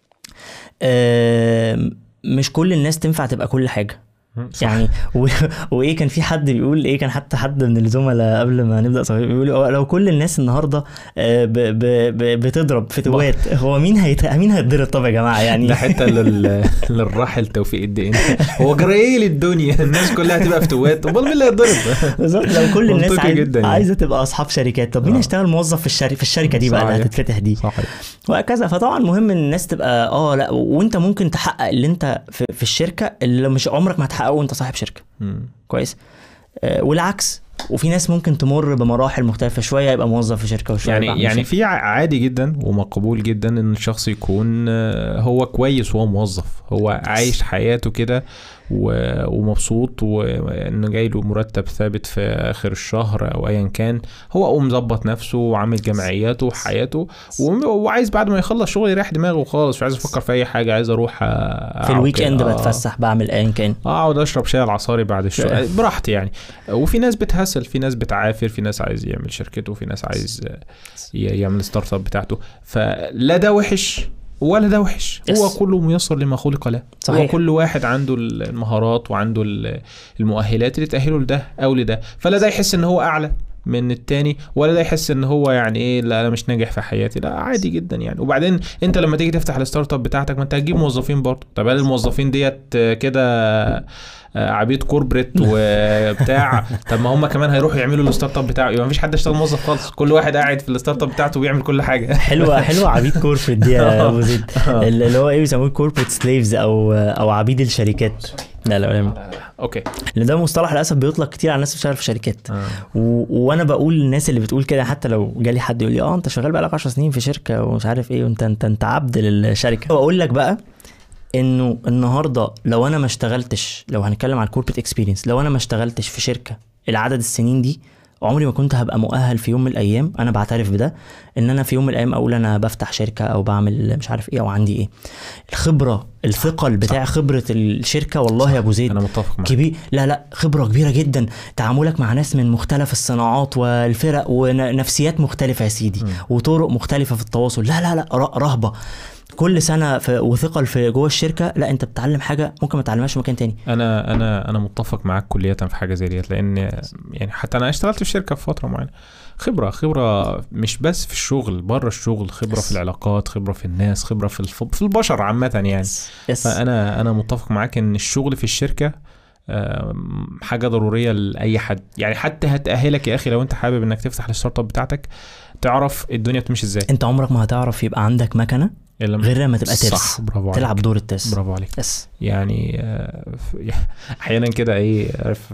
مش كل الناس تنفع تبقى كل حاجة صح. يعني و... وايه كان في حد بيقول ايه، كان حتى حد من الزملاء قبل ما نبدا صغير بيقول لو كل الناس النهارده ب... ب... ب... بتضرب فتوات هو مين هيت... مين هيتضرب؟ طب يا جماعه يعني ده حته لل... للراحل توفيق الدين هو جرايه للدنيا الناس كلها هتبقى فتوات امال مين اللي هيتضرب؟ بالظبط. لو كل الناس عايز... يعني. عايزه تبقى اصحاب شركات طب مين هيشتغل موظف في الشركه في الشركه دي بقى اللي هتتفتح دي صحيح. وهكذا. فطبعا مهم ان الناس تبقى اه لا وانت ممكن تحقق اللي انت في, في الشركه اللي مش عمرك ما هتحققه وانت صاحب شركه. مم. كويس. آه والعكس. وفي ناس ممكن تمر بمراحل مختلفه شويه يبقى موظف في شركه وشويه يعني يعني في عادي جدا ومقبول جدا ان الشخص يكون هو كويس وهو موظف هو عايش حياته كده ومبسوط وانه جاي له مرتب ثابت في اخر الشهر او ايا كان هو مظبط نفسه وعامل جمعياته وحياته وعايز بعد ما يخلص شغل يريح دماغه خالص مش عايز يفكر في اي حاجه عايز اروح في الويك اند بتفسح بعمل ايا كان اقعد اشرب شاي العصاري بعد الشغل براحتي يعني. وفي ناس بتهسل في ناس بتعافر في ناس عايز يعمل شركته في ناس عايز يعمل ستارت اب بتاعته. فلا ده وحش ولا ده وحش هو كله ميسر لما خلق له. هو كل واحد عنده المهارات وعنده المؤهلات اللي تأهله لده او لده. فلا ده يحس ان هو اعلى من التاني ولا ده يحس ان هو يعني ايه لا انا مش ناجح في حياتي. لا عادي جدا يعني. وبعدين انت لما تيجي تفتح الستارت اب بتاعتك ما انت هتجيب موظفين برضه. طب هل الموظفين ديت كده عبيد كوربريت وبتاع طب ما هم كمان هيروحوا يعملوا الستارت اب بتاعه يبقى مفيش حد يشتغل موظف خالص كل واحد قاعد في الستارت اب بتاعته وبيعمل كل حاجه. حلوه حلوه عبيد كوربريت دي يا ابو زيد اللي هو ايه بيسموه كوربريت سليفز او او عبيد الشركات. لا لا لا اوكي لان ده مصطلح للاسف بيطلق كتير على الناس اللي بتشتغل في شركات. آه. و... وانا بقول للناس اللي بتقول كده حتى لو جالي حد يقول لي اه انت شغال بقالك عشر سنين في شركه ومش عارف ايه وانت انت انت عبد للشركه. واقول لك بقى انه النهارده لو انا ما اشتغلتش لو هنتكلم على الكوربريت اكسبيرينس لو انا ما اشتغلتش في شركه العدد السنين دي عمري ما كنت هبقى مؤهل في يوم من الايام. انا بعترف بده ان انا في يوم من الايام اقول انا بفتح شركه او بعمل مش عارف ايه او عندي ايه. الخبره الثقل بتاع خبره الشركه والله يا ابو زيد انا متفق معاك كبير. لا لا خبره كبيره جدا. تعاملك مع ناس من مختلف الصناعات والفرق ونفسيات مختلفه يا سيدي م. وطرق مختلفه في التواصل. لا لا لا رهبه كل سنه في وثقل في جوه الشركه. لا انت بتتعلم حاجه ممكن ما تتعلمهاش في مكان تاني. انا انا انا متفق معاك كليا في حاجه زي ديت لان يعني حتى انا اشتغلت في شركه في فتره معينه خبره خبره مش بس في الشغل بره الشغل خبره في العلاقات خبره في الناس خبره في الف... في البشر عامه يعني. فانا انا متفق معاك ان الشغل في الشركه حاجه ضروريه لاي حد يعني. حتى هتأهلك يا اخي لو انت حابب انك تفتح الستارت اب بتاعتك تعرف الدنيا بتمشي ازاي. انت عمرك ما هتعرف يبقى عندك مكنه غير لما تبقى ترس تلعب دور الترس. برافو عليك. يس. يعني احيانا كده ايه عارف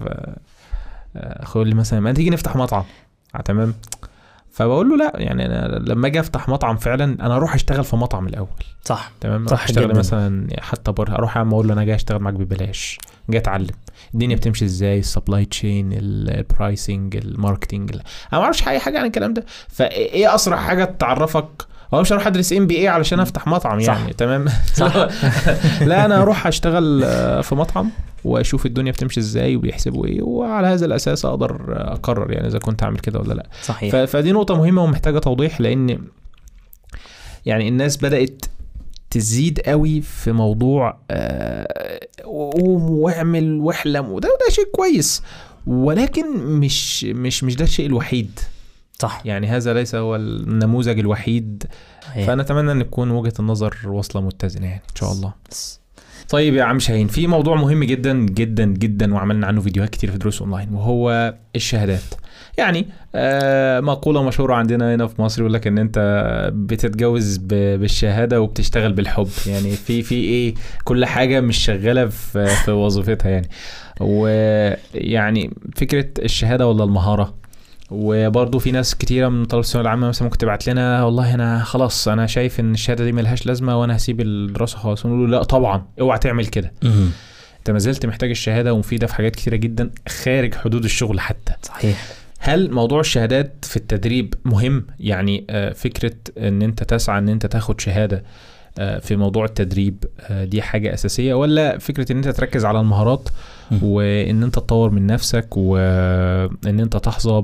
اقول لي مثلا ما تيجي نفتح مطعم تمام فبقول له لا يعني انا لما اجي افتح مطعم فعلا انا اروح اشتغل في مطعم الاول صح تمام صح اشتغل جداً. مثلا حتى بره اروح اعمل اقول له انا جاي اشتغل معاك ببلاش جاي اتعلم الدنيا بتمشي ازاي السبلاي تشين البرايسنج الماركتنج انا ما اعرفش اي حاجه عن الكلام ده. فايه اسرع حاجه تعرفك هو مش هروح ادرس ام بي اي علشان افتح مطعم يعني صح. تمام صح. لا انا اروح اشتغل في مطعم واشوف الدنيا بتمشي ازاي وبيحسبوا ايه وعلى هذا الاساس اقدر اقرر يعني اذا كنت اعمل كده ولا لا. صحيح. فدي نقطه مهمه ومحتاجه توضيح لان يعني الناس بدات تزيد قوي في موضوع آه قوم واعمل واحلم، وده وده شيء كويس، ولكن مش مش مش ده الشيء الوحيد. صح. يعني هذا ليس هو النموذج الوحيد. هي. فانا اتمنى ان تكون وجهة النظر واصله متزنه يعني ان شاء الله. طيب يا عم شاهين، في موضوع مهم جدا جدا جدا وعملنا عنه فيديوهات كتير في دروس اونلاين، وهو الشهادات. يعني آه مقولة مشهورة عندنا هنا في مصر يقول لك ان انت بتتجوز بالشهادة وبتشتغل بالحب. يعني في في ايه، كل حاجة مش شغالة في في وظيفتها يعني. ويعني فكرة الشهادة ولا المهارة. وبرضه في ناس كتيرة من طلبة الثانوية العامة مثلا ممكن تبعت لنا والله انا خلاص انا شايف ان الشهادة دي ملهاش لازمة وانا هسيب الدراسة خلاص. ونقول له لا طبعا اوعى تعمل كده. انت ما زلت محتاج الشهادة ومفيدة في حاجات كتيرة جدا خارج حدود الشغل حتى. صحيح. هل موضوع الشهادات في التدريب مهم؟ يعني فكرة ان انت تسعى ان انت تاخد شهادة في موضوع التدريب دي حاجة اساسية، ولا فكرة ان انت تركز على المهارات وان انت تطور من نفسك وان انت تحظى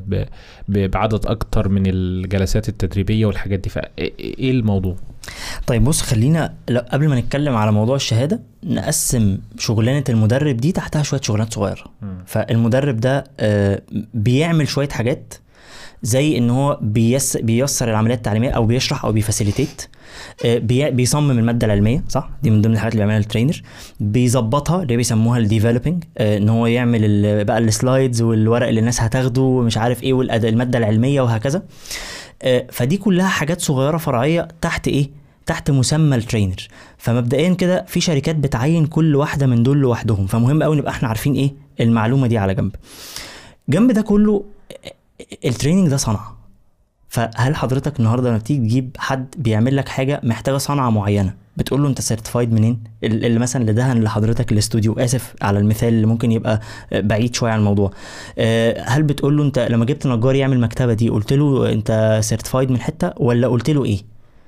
بعدد اكتر من الجلسات التدريبية والحاجات دي؟ فايه الموضوع؟ طيب بص، خلينا قبل ما نتكلم على موضوع الشهادة نقسم شغلانة المدرب دي تحتها شوية شغلانات صغيرة. م. فالمدرب ده بيعمل شوية حاجات زي ان هو بيس بييسر العمليات التعليمية او بيشرح او بيفاسيليتيت، بيصمم المادة العلمية، صح؟ دي من ضمن الحاجات اللي بيعملها الترينر. بيظبطها اللي بيسموها الديفلوبينج، ان هو يعمل بقى السلايدز والورق اللي الناس هتاخده ومش عارف ايه والمادة العلمية وهكذا. فدي كلها حاجات صغيرة فرعية تحت ايه؟ تحت مسمى الترينر. فمبدئيا كده في شركات بتعين كل واحدة من دول لوحدهم، فمهم قوي نبقى احنا عارفين ايه المعلومة دي على جنب. جنب ده كله التريننج ده صنعة. فهل حضرتك النهارده لما بتيجي تجيب حد بيعمل لك حاجه محتاجه صنعه معينه بتقول له انت سيرتيفايد منين؟ اللي مثلا اللي دهن لحضرتك الاستوديو، اسف على المثال اللي ممكن يبقى بعيد شويه عن الموضوع، هل بتقول له انت لما جبت نجار يعمل مكتبه دي قلت له انت سيرتيفايد من حته ولا قلت له ايه؟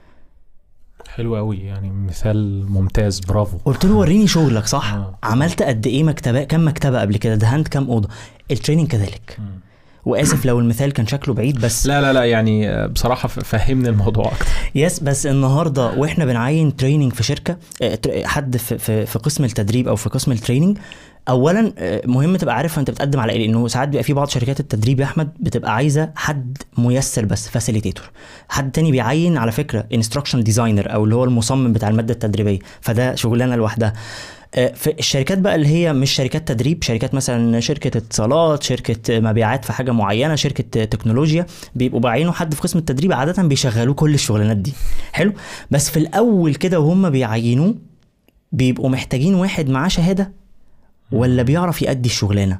حلو قوي، يعني مثال ممتاز، برافو. قلت له وريني شغلك، صح؟ آه. عملت قد ايه مكتبه، كم مكتبه قبل كده، دهنت كم اوضه. التريننج كذلك. م. واسف لو المثال كان شكله بعيد، بس لا لا لا يعني بصراحه فهمني الموضوع اكتر. يس بس النهارده واحنا بنعين تريننج في شركه، حد في في, في قسم التدريب او في قسم التريننج، اولا مهم تبقى عارف انت بتقدم على ايه، لانه ساعات بيبقى في بعض شركات التدريب يا احمد بتبقى عايزه حد ميسر بس، فاسيليتيتور. حد تاني بيعين على فكره انستراكشن ديزاينر او اللي هو المصمم بتاع الماده التدريبيه، فده شغلانه لوحدها. في الشركات بقى اللي هي مش شركات تدريب، شركات مثلا شركة اتصالات، شركة مبيعات في حاجة معينة، شركة تكنولوجيا، بيبقوا بعينوا حد في قسم التدريب، عادة بيشغلوه كل الشغلانات دي. حلو. بس في الأول كده وهم بيعينوه بيبقوا محتاجين واحد معاه شهادة ولا بيعرف يأدي الشغلانة.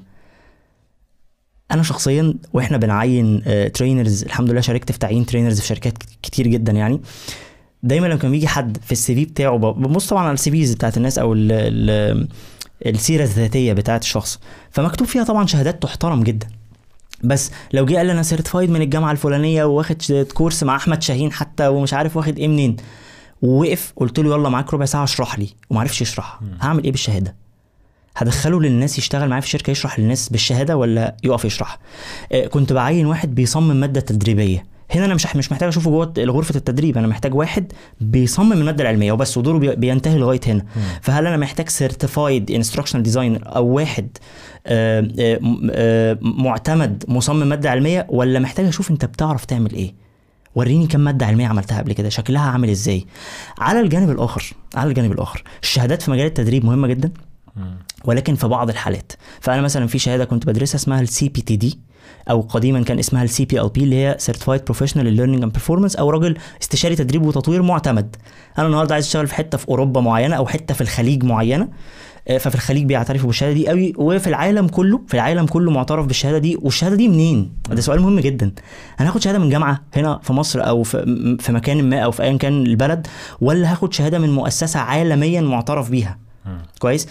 أنا شخصيا واحنا بنعين ترينرز، الحمد لله شاركت في تعيين ترينرز في شركات كتير جدا، يعني دايما لما كان بيجي حد في السي في بتاعه، ببص طبعا على السي فيز بتاعت الناس او ال ال السيره الذاتيه بتاعت الشخص، فمكتوب فيها طبعا شهادات تحترم جدا. بس لو جه قال انا سيرتيفايد من الجامعه الفلانيه واخد كورس مع احمد شاهين حتى ومش عارف واخد ايه منين، ووقف قلت له يلا معاك ربع ساعه اشرح لي وما عرفش يشرح، هعمل ايه بالشهاده؟ هدخله للناس يشتغل معايا في الشركه يشرح للناس بالشهاده ولا يقف يشرح؟ آه كنت بعين واحد بيصمم ماده تدريبيه، هنا انا مش مش محتاج اشوفه جوه غرفه التدريب، انا محتاج واحد بيصمم الماده العلميه وبس، ودوره بينتهي لغايه هنا. م. فهل انا محتاج سيرتيفايد انستراكشنال ديزاينر او واحد آآ آآ معتمد مصمم ماده علميه، ولا محتاج اشوف انت بتعرف تعمل ايه؟ وريني كم ماده علميه عملتها قبل كده، شكلها عامل ازاي؟ على الجانب الاخر على الجانب الاخر الشهادات في مجال التدريب مهمه جدا، ولكن في بعض الحالات. فانا مثلا في شهاده كنت بدرسها اسمها السي بي تي دي، او قديما كان اسمها السي بي ال بي اللي هي Certified Professional Learning and Performance، او راجل استشاري تدريب وتطوير معتمد. انا النهارده عايز اشتغل في حته في اوروبا معينه او حته في الخليج معينه، ففي الخليج بيعترفوا بالشهاده دي قوي، وفي العالم كله في العالم كله معترف بالشهاده دي. والشهاده دي منين؟ ده سؤال مهم جدا. انا هاخد شهاده من جامعه هنا في مصر او في في مكان ما او في ايا كان البلد، ولا هاخد شهاده من مؤسسه عالميا معترف بيها؟ كويس.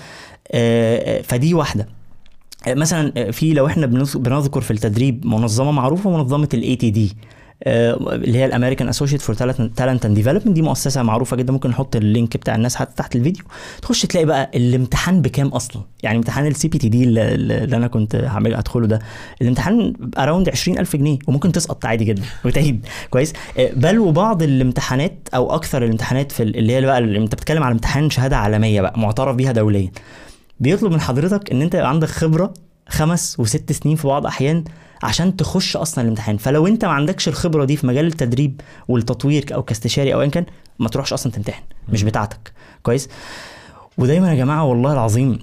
فدي واحده. مثلا في لو احنا بنذكر في التدريب منظمه معروفه، منظمه الاي تي دي، اللي هي الامريكان اسوشيت فور تالنت اند ديفلوبمنت. دي مؤسسه معروفه جدا، ممكن نحط اللينك بتاع الناس حتى تحت الفيديو. تخش تلاقي بقى الامتحان بكام اصلا. يعني امتحان السي بي تي دي اللي, اللي انا كنت هعمل ادخله ده، الامتحان اراوند عشرين ألف جنيه، وممكن تسقط عادي جدا وتعيد كويس. بل وبعض الامتحانات او اكثر الامتحانات في اللي هي بقى اللي انت بتتكلم على امتحان شهاده عالميه بقى معترف بيها دوليا، بيطلب من حضرتك ان انت يبقى عندك خبره خمس وست سنين في بعض احيان عشان تخش اصلا الامتحان. فلو انت ما عندكش الخبره دي في مجال التدريب والتطوير او كاستشاري او ايا كان، ما تروحش اصلا تمتحن، مش بتاعتك كويس. ودايما يا جماعه والله العظيم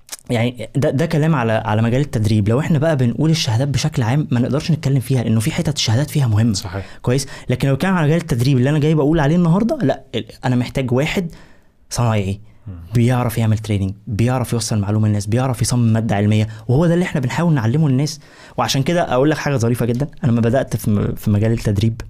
يعني ده ده كلام على على مجال التدريب. لو احنا بقى بنقول الشهادات بشكل عام ما نقدرش نتكلم فيها، لانه في حتت الشهادات فيها مهمه صحيح كويس. لكن لو كان على مجال التدريب اللي انا جاي بقول عليه النهارده، لا انا محتاج واحد صنايعي بيعرف يعمل تريننج، بيعرف يوصل معلومه للناس، بيعرف يصمم ماده علميه، وهو ده اللي احنا بنحاول نعلمه للناس. وعشان كده اقول لك حاجه ظريفه جدا. انا لما بدات في في مجال التدريب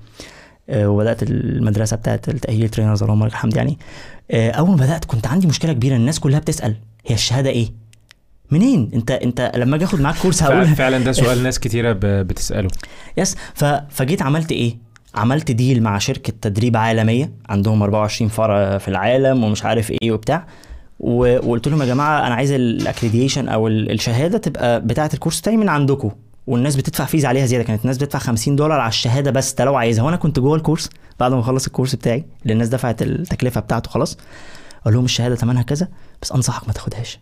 أه وبدات المدرسه بتاعه التاهيل ترينرز اللهم لك الحمد، يعني أه اول ما بدات كنت عندي مشكله كبيره. الناس كلها بتسال هي الشهاده ايه منين. انت انت لما اجي اخد معاك كورس هقول فعلا ده سؤال ناس كتيره بتساله. يس. فجيت عملت ايه؟ عملت ديل مع شركه تدريب عالميه عندهم أربعة وعشرين فرع في العالم ومش عارف ايه وبتاع، وقلت لهم يا جماعه انا عايز الاكريديشن او الشهاده تبقى بتاعه الكورس بتاعي من عندكم. والناس بتدفع فيز عليها زياده، كانت الناس بتدفع خمسين دولار على الشهاده بس ده لو عايزها. وانا كنت جوه الكورس بعد ما اخلص الكورس بتاعي اللي الناس دفعت التكلفه بتاعته خلاص، اقول لهم الشهاده ثمنها كذا بس انصحك ما تاخدهاش.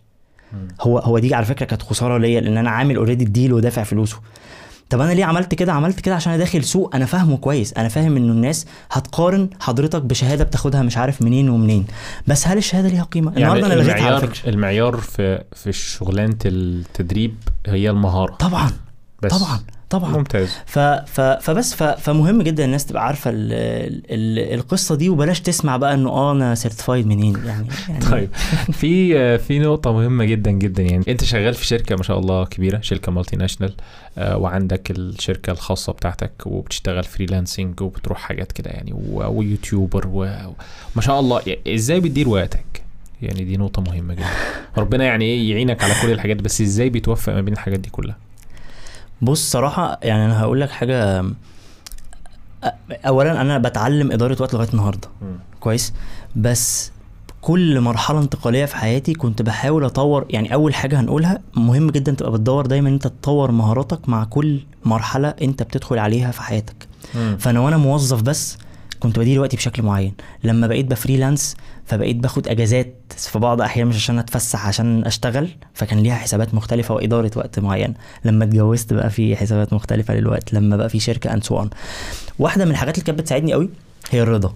هو هو دي على فكره كانت خساره ليا، لان انا عامل اوريدي الديل ودافع فلوسه. طب انا ليه عملت كده؟ عملت كده عشان انا داخل سوق انا فاهمه كويس، انا فاهم انه الناس هتقارن حضرتك بشهاده بتاخدها مش عارف منين ومنين، بس هل الشهاده ليها قيمه؟ يعني النهارده انا لغيتها على المعيار فكره. المعيار في في شغلانه التدريب هي المهاره. طبعا بس طبعا طبعا ممتاز. ف ف فبس ف فمهم جدا الناس تبقى عارفه ال ال القصه دي، وبلاش تسمع بقى انه اه انا سيرتيفايد منين يعني, يعني طيب في في نقطه مهمه جدا جدا. يعني انت شغال في شركه ما شاء الله كبيره، شركه مالتي ناشونال، آه وعندك الشركه الخاصه بتاعتك وبتشتغل فريلانسنج وبتروح حاجات كده يعني، ويوتيوبر وما شاء الله. يعني ازاي بتدير وقتك؟ يعني دي نقطه مهمه جدا. ربنا يعني ايه يعينك على كل الحاجات، بس ازاي بتوفق ما بين الحاجات دي كلها؟ بص صراحة يعني أنا هقول لك حاجة. أولا أنا بتعلم إدارة وقت لغاية النهاردة كويس، بس كل مرحلة انتقالية في حياتي كنت بحاول أطور. يعني أول حاجة هنقولها مهم جدا تبقى بتدور دايما أنت تطور مهاراتك مع كل مرحلة أنت بتدخل عليها في حياتك. م. فأنا وأنا موظف بس كنت بدير وقتي بشكل معين. لما بقيت بفريلانس فبقيت باخد اجازات في بعض احيان مش عشان اتفسح، عشان اشتغل، فكان ليها حسابات مختلفه واداره وقت معين. لما اتجوزت بقى في حسابات مختلفه للوقت، لما بقى في شركه اند سو اون. واحده من الحاجات اللي كانت بتساعدني قوي هي الرضا،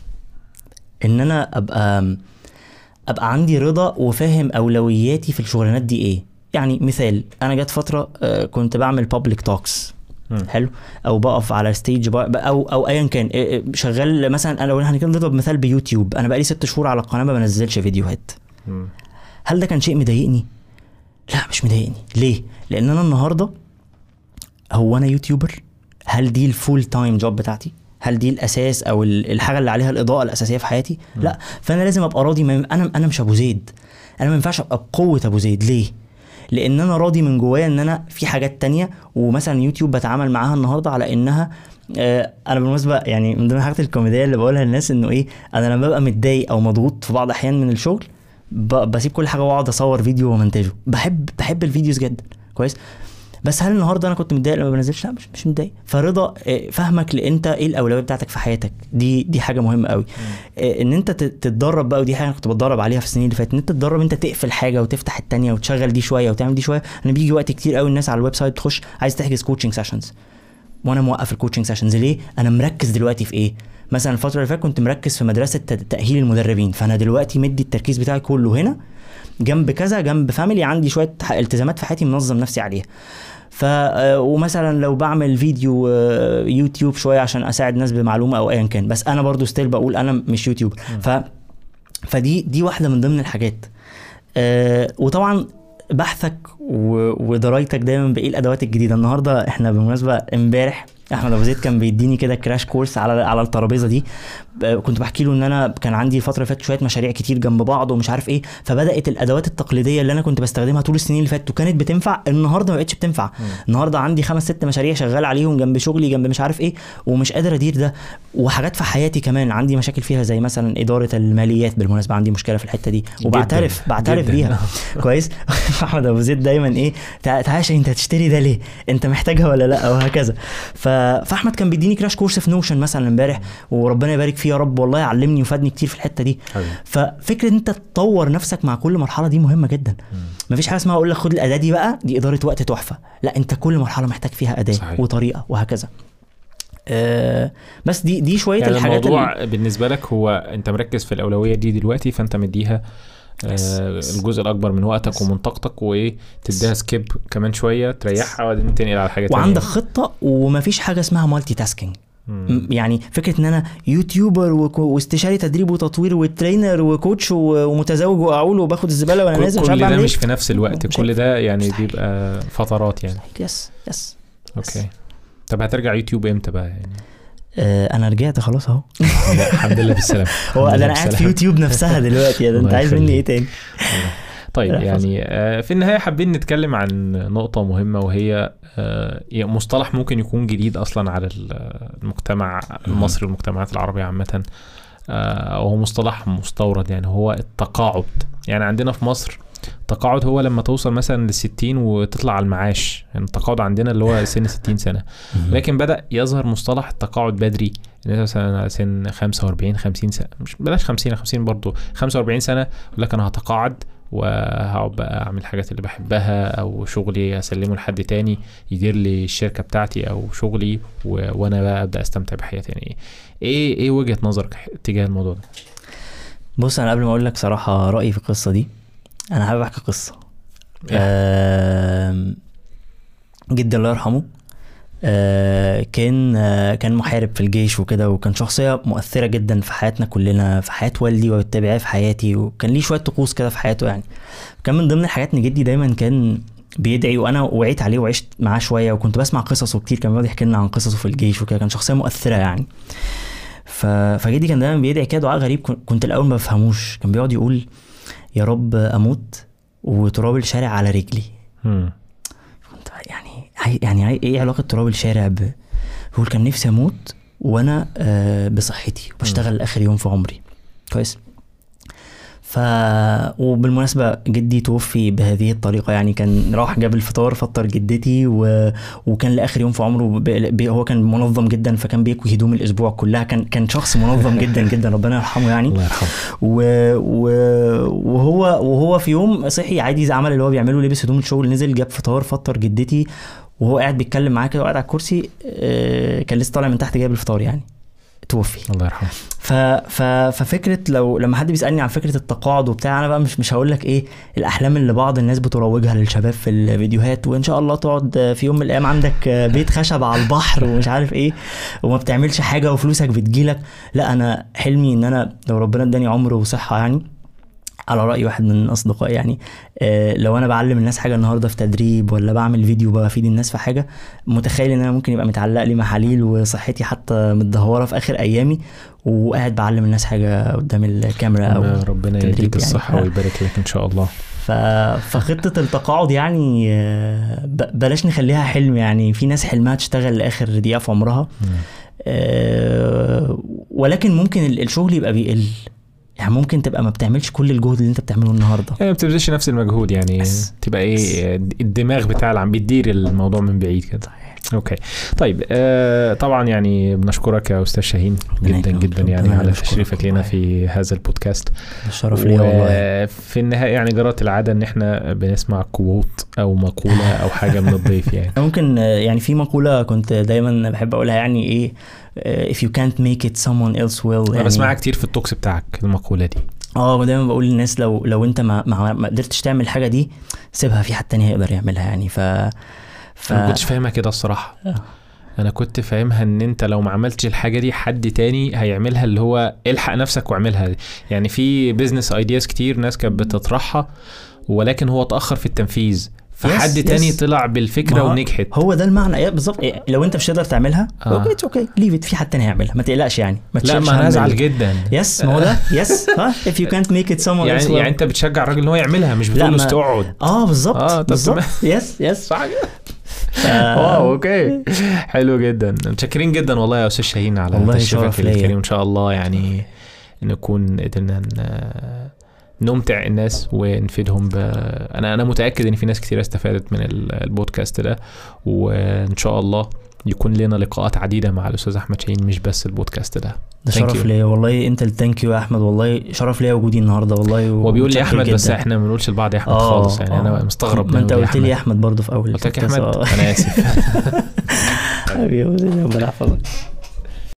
ان انا ابقى ابقى عندي رضا وفاهم اولوياتي في الشغلانات دي ايه. يعني مثال، انا جت فتره كنت بعمل بابليك توكس حلو، او بقف على ستيج او او ايا كان شغال. مثلا انا لو هنكون نضرب مثال بيوتيوب، انا بقالي ست شهور على القناه ما بنزلش فيديوهات. م. هل ده كان شيء مضايقني؟ لا مش مضايقني. ليه؟ لان انا النهارده هو انا يوتيوبر؟ هل دي الفول تايم جوب بتاعتي؟ هل دي الاساس او الحاجه اللي عليها الاضاءه الاساسيه في حياتي؟ م. لا. فانا لازم ابقى راضي. انا انا مش ابو زيد، انا ما ينفعش ابقى بقوه ابو زيد. ليه؟ لان انا راضي من جوايا ان انا في حاجات تانية. ومثلا يوتيوب بتعامل معاها النهارده على انها آه انا بالمناسبه يعني من ضمن الحاجات الكوميديه اللي بقولها للناس انه ايه، انا لما ببقى متضايق او مضغوط في بعض احيان من الشغل بسيب كل حاجه واقعد اصور فيديو ومنتجه. بحب بحب الفيديوز جدا كويس. بس هل النهارده انا كنت متضايق لما بنزلش؟ لا مش مش متضايق. فرضا فهمك لانت ايه الاولويات بتاعتك في حياتك دي دي حاجه مهمه قوي. ان انت تتدرب بقى، ودي حاجه كنت بتدرب عليها في السنين اللي فاتت، ان انت تتدرب انت تقفل حاجه وتفتح الثانيه وتشغل دي شويه وتعمل دي شويه. انا بيجي وقت كتير قوي الناس على الويب سايت تخش عايز تحجز كوتشنج سيشنز، وانا موقف الكوتشنج سيشنز. ليه؟ انا مركز دلوقتي في ايه؟ مثلا الفتره اللي فاتت كنت مركز في مدرسه تاهيل المدربين، فانا دلوقتي مدي التركيز بتاعي كله هنا جنب كذا، جنب فاميلي، عندي شويه التزامات في حياتي منظم نفسي عليها. ف ومثلا لو بعمل فيديو يوتيوب شويه عشان اساعد ناس بمعلومه او ايا كان، بس انا برضو ستيل بقول انا مش يوتيوبر. ف فدي دي واحده من ضمن الحاجات. أه وطبعا بحثك ودرايتك دايما بايه الادوات الجديده. النهارده احنا بالمناسبه امبارح احمد ابو زيد كان بيديني كده كراش كورس على على الترابيزه دي. كنت بحكي له ان انا كان عندي الفتره اللي فاتت شويه مشاريع كتير جنب بعض ومش عارف ايه، فبدات الادوات التقليديه اللي انا كنت بستخدمها طول السنين اللي فاتت وكانت بتنفع النهارده ما بقتش بتنفع. م. النهارده عندي خمس ست مشاريع شغال عليهم جنب شغلي جنب مش عارف ايه ومش قادر ادير ده. وحاجات في حياتي كمان عندي مشاكل فيها زي مثلا اداره الماليات، بالمناسبه عندي مشكله في الحته دي وبعترف جداً. بعترف جداً. بيها كويس. احمد ابو زيد دايما ايه تعالى انت هتشتري ده ليه، انت محتاجها ولا لا، وهكذا. فاحمد كان بيديني كراش كورس في نوشن مثلا امبارح، وربنا يبارك فيه يا رب، والله علمني وفادني كتير في الحته دي. حبيب. ففكره انت تطور نفسك مع كل مرحله دي مهمه جدا. مفيش حاجه اسمها اقول لك خد الاداه دي بقى دي اداره وقت تحفه، لا انت كل مرحله محتاج فيها اداه صحيح. وطريقه وهكذا. أه بس دي دي شويه يعني الحاجات الموضوع اللي بالنسبه لك هو انت مركز في الاولويه دي دلوقتي، فانت مديها آه الجزء الاكبر من وقتك يس. ومن طاقتك، وايه تديها سكيب كمان شويه تريحها وبعدين تنقل على حاجه ثانيه، وعندك خطه ومفيش حاجه اسمها مالتي تاسكينج. يعني فكره ان انا يوتيوبر واستشاري تدريب وتطوير وترينر وكوتش ومتزوج واعول وباخد الزباله وانا نازل مش عارف اعمل ايه، كل ده مش في نفس الوقت، كل ده يعني بيبقى فترات يعني. يس يس اوكي. طب هترجع يوتيوب امتى بقى يعني؟ آه انا رجعت خلاص اهو. الحمد لله بالسلامه. هو انا قاعد في يوتيوب نفسها دلوقتي يا ده انت عايز مني ايه تاني؟ طيب يعني في النهايه حابين نتكلم عن نقطه مهمه، وهي مصطلح ممكن يكون جديد اصلا على المجتمع المصري والمجتمعات العربيه عامه، وهو مصطلح مستورد يعني، هو التقاعد. يعني عندنا في مصر التقاعد هو لما توصل مثلا للستين وتطلع على المعاش، يعني التقاعد عندنا اللي هو سن ستين سنة. لكن بدأ يظهر مصطلح التقاعد بدري، مثلا سن خمسة واربعين خمسين سنة، مش بلاش خمسين خمسين برضو خمسة واربعين سنة، يقول لك أنا هتقاعد وهقعد بقى أعمل حاجات اللي بحبها، أو شغلي أسلمه لحد تاني يدير لي الشركة بتاعتي أو شغلي، و... وأنا بقى أبدأ أستمتع بحياتي. يعني إيه إيه وجهة نظرك تجاه الموضوع ده؟ بص أنا قبل ما أقول لك صراحة رأيي في القصة دي، انا حابب احكي قصه. آه جدي الله يرحمه آه كان آه كان محارب في الجيش وكده، وكان شخصيه مؤثره جدا في حياتنا كلنا، في حياه والدي وبالتبعيه في حياتي، وكان ليه شويه طقوس كده في حياته. يعني كان من ضمن الحاجات ان جدي دايما كان بيدعي، وانا وعيت عليه وعشت معاه شويه وكنت بسمع قصصه كتير، كان بيقعد يحكي لنا عن قصصه في الجيش وكده، كان شخصيه مؤثره يعني. فجدي كان دايما بيدعي كده دعاء غريب، كنت الاول ما بفهموش. كان بيقعد يقول يا رب اموت وتراب الشارع على رجلي. امم يعني يعني ايه علاقه تراب الشارع ب... بيقول كان نفسي اموت وانا آه بصحتي وبشتغل اخر يوم في عمري كويس. ف وبالمناسبه جدي توفي بهذه الطريقه، يعني كان راح جاب الفطار فطر جدتي و... وكان لاخر يوم في عمره ب... ب... هو كان منظم جدا، فكان بيكوي هدوم الاسبوع كلها، كان كان شخص منظم جدا جدا ربنا يرحمه يعني. الله يرحمه. و... و... وهو وهو في يوم صحي عادي عمل اللي هو بيعمله، لبس هدوم الشغل نزل جاب فطار فطر جدتي، وهو قاعد بيتكلم معاه كده وقاعد على الكرسي، كان لسه طالع من تحت جايب الفطار يعني توفي. الله يرحمه. ف... ف... ففكره لو لما حد بيسالني عن فكره التقاعد وبتاع، انا بقى مش مش هقول لك ايه الاحلام اللي بعض الناس بتروجها للشباب في الفيديوهات، وان شاء الله تقعد في يوم من الايام عندك بيت خشب على البحر ومش عارف ايه وما بتعملش حاجه وفلوسك بتجيلك. لا انا حلمي ان انا لو ربنا اداني عمر وصحه، يعني على رأي واحد من أصدقائي يعني، آه لو أنا بعلم الناس حاجة النهاردة في تدريب ولا بعمل فيديو بفيد الناس في حاجة، متخيل إن أنا ممكن يبقى متعلق لي محاليل وصحتي حتى متدهورة في آخر أيامي وقاعد بعلم الناس حاجة قدام الكاميرا أو ربنا يديك الصحة يعني. ويبارك لك إن شاء الله. فخطة التقاعد يعني بلاش نخليها حلم، يعني في ناس حلمها تشتغل لآخر دقيقة في عمرها، آه ولكن ممكن الشغل يبقى بيقل، يعني ممكن تبقى ما بتعملش كل الجهد اللي انت بتعمله النهارده، يعني ما بتبذلش نفس المجهود، يعني بس. تبقى ايه الدماغ بتاع اللي عم بيدير الموضوع من بعيد كده. اوكي طيب آه طبعا يعني بنشكرك يا استاذ شاهين جدا جدا يعني على تشريفك لنا في هذا البودكاست. الشرف لي والله. في النهايه يعني جرت العاده ان احنا بنسمع كوت او مقوله او حاجه من الضيف يعني. ممكن يعني في مقوله كنت دايما بحب اقولها، يعني ايه if you can't make it someone else will. انا يعني بسمعها كتير في التوكس بتاعك المقوله دي. اه دايما بقول للناس لو لو انت ما ما قدرتش تعمل الحاجه دي سيبها، في حد تاني هيقدر يعملها يعني. ف ف انا كنتش فاهمها كده الصراحه. أه. انا كنت فاهمها ان انت لو ما عملتش الحاجه دي حد تاني هيعملها، اللي هو الحق نفسك واعملها. يعني في بيزنس ايدياز كتير ناس كانت بتطرحها ولكن هو تاخر في التنفيذ، فحد yes, تاني yes. طلع بالفكره ونجحت. هو ده المعنى ايه بالظبط. إيه لو انت مش تقدر تعملها آه. اوكي اوكي ليف ات، في حد تاني هيعملها، ما تقلقش يعني. ما لا ما انا ازعل جدا. يس ما هو ده يس ها if you can't make it someone يعني else يعني انت بتشجع الراجل ان هو يعملها، مش بتقول له تقعد. اه بالظبط آه بالظبط يس يس صح كده. واو اوكي حلو جدا. متشكرين جدا والله يا استاذ شاهين على تشريفك الكريم. ان شاء الله يعني نكون قدرنا نمتع الناس ونفيدهم ب... انا انا متاكد ان في ناس كتير استفادت من البودكاست ده، وان شاء الله يكون لنا لقاءات عديده مع الاستاذ احمد شاهين، مش بس البودكاست ده. ده شرف ليا والله. انت الثانك يو يا احمد، والله شرف ليا وجودي النهارده والله. هو بيقول لي احمد جداً. بس احنا ما بنقولش لبعض يا احمد آه خالص يعني. آه انا مستغرب. ما انت قلت لي يا احمد برضه في اول. قلت لك يا احمد انا اسف. حبيبي ربنا يحفظك.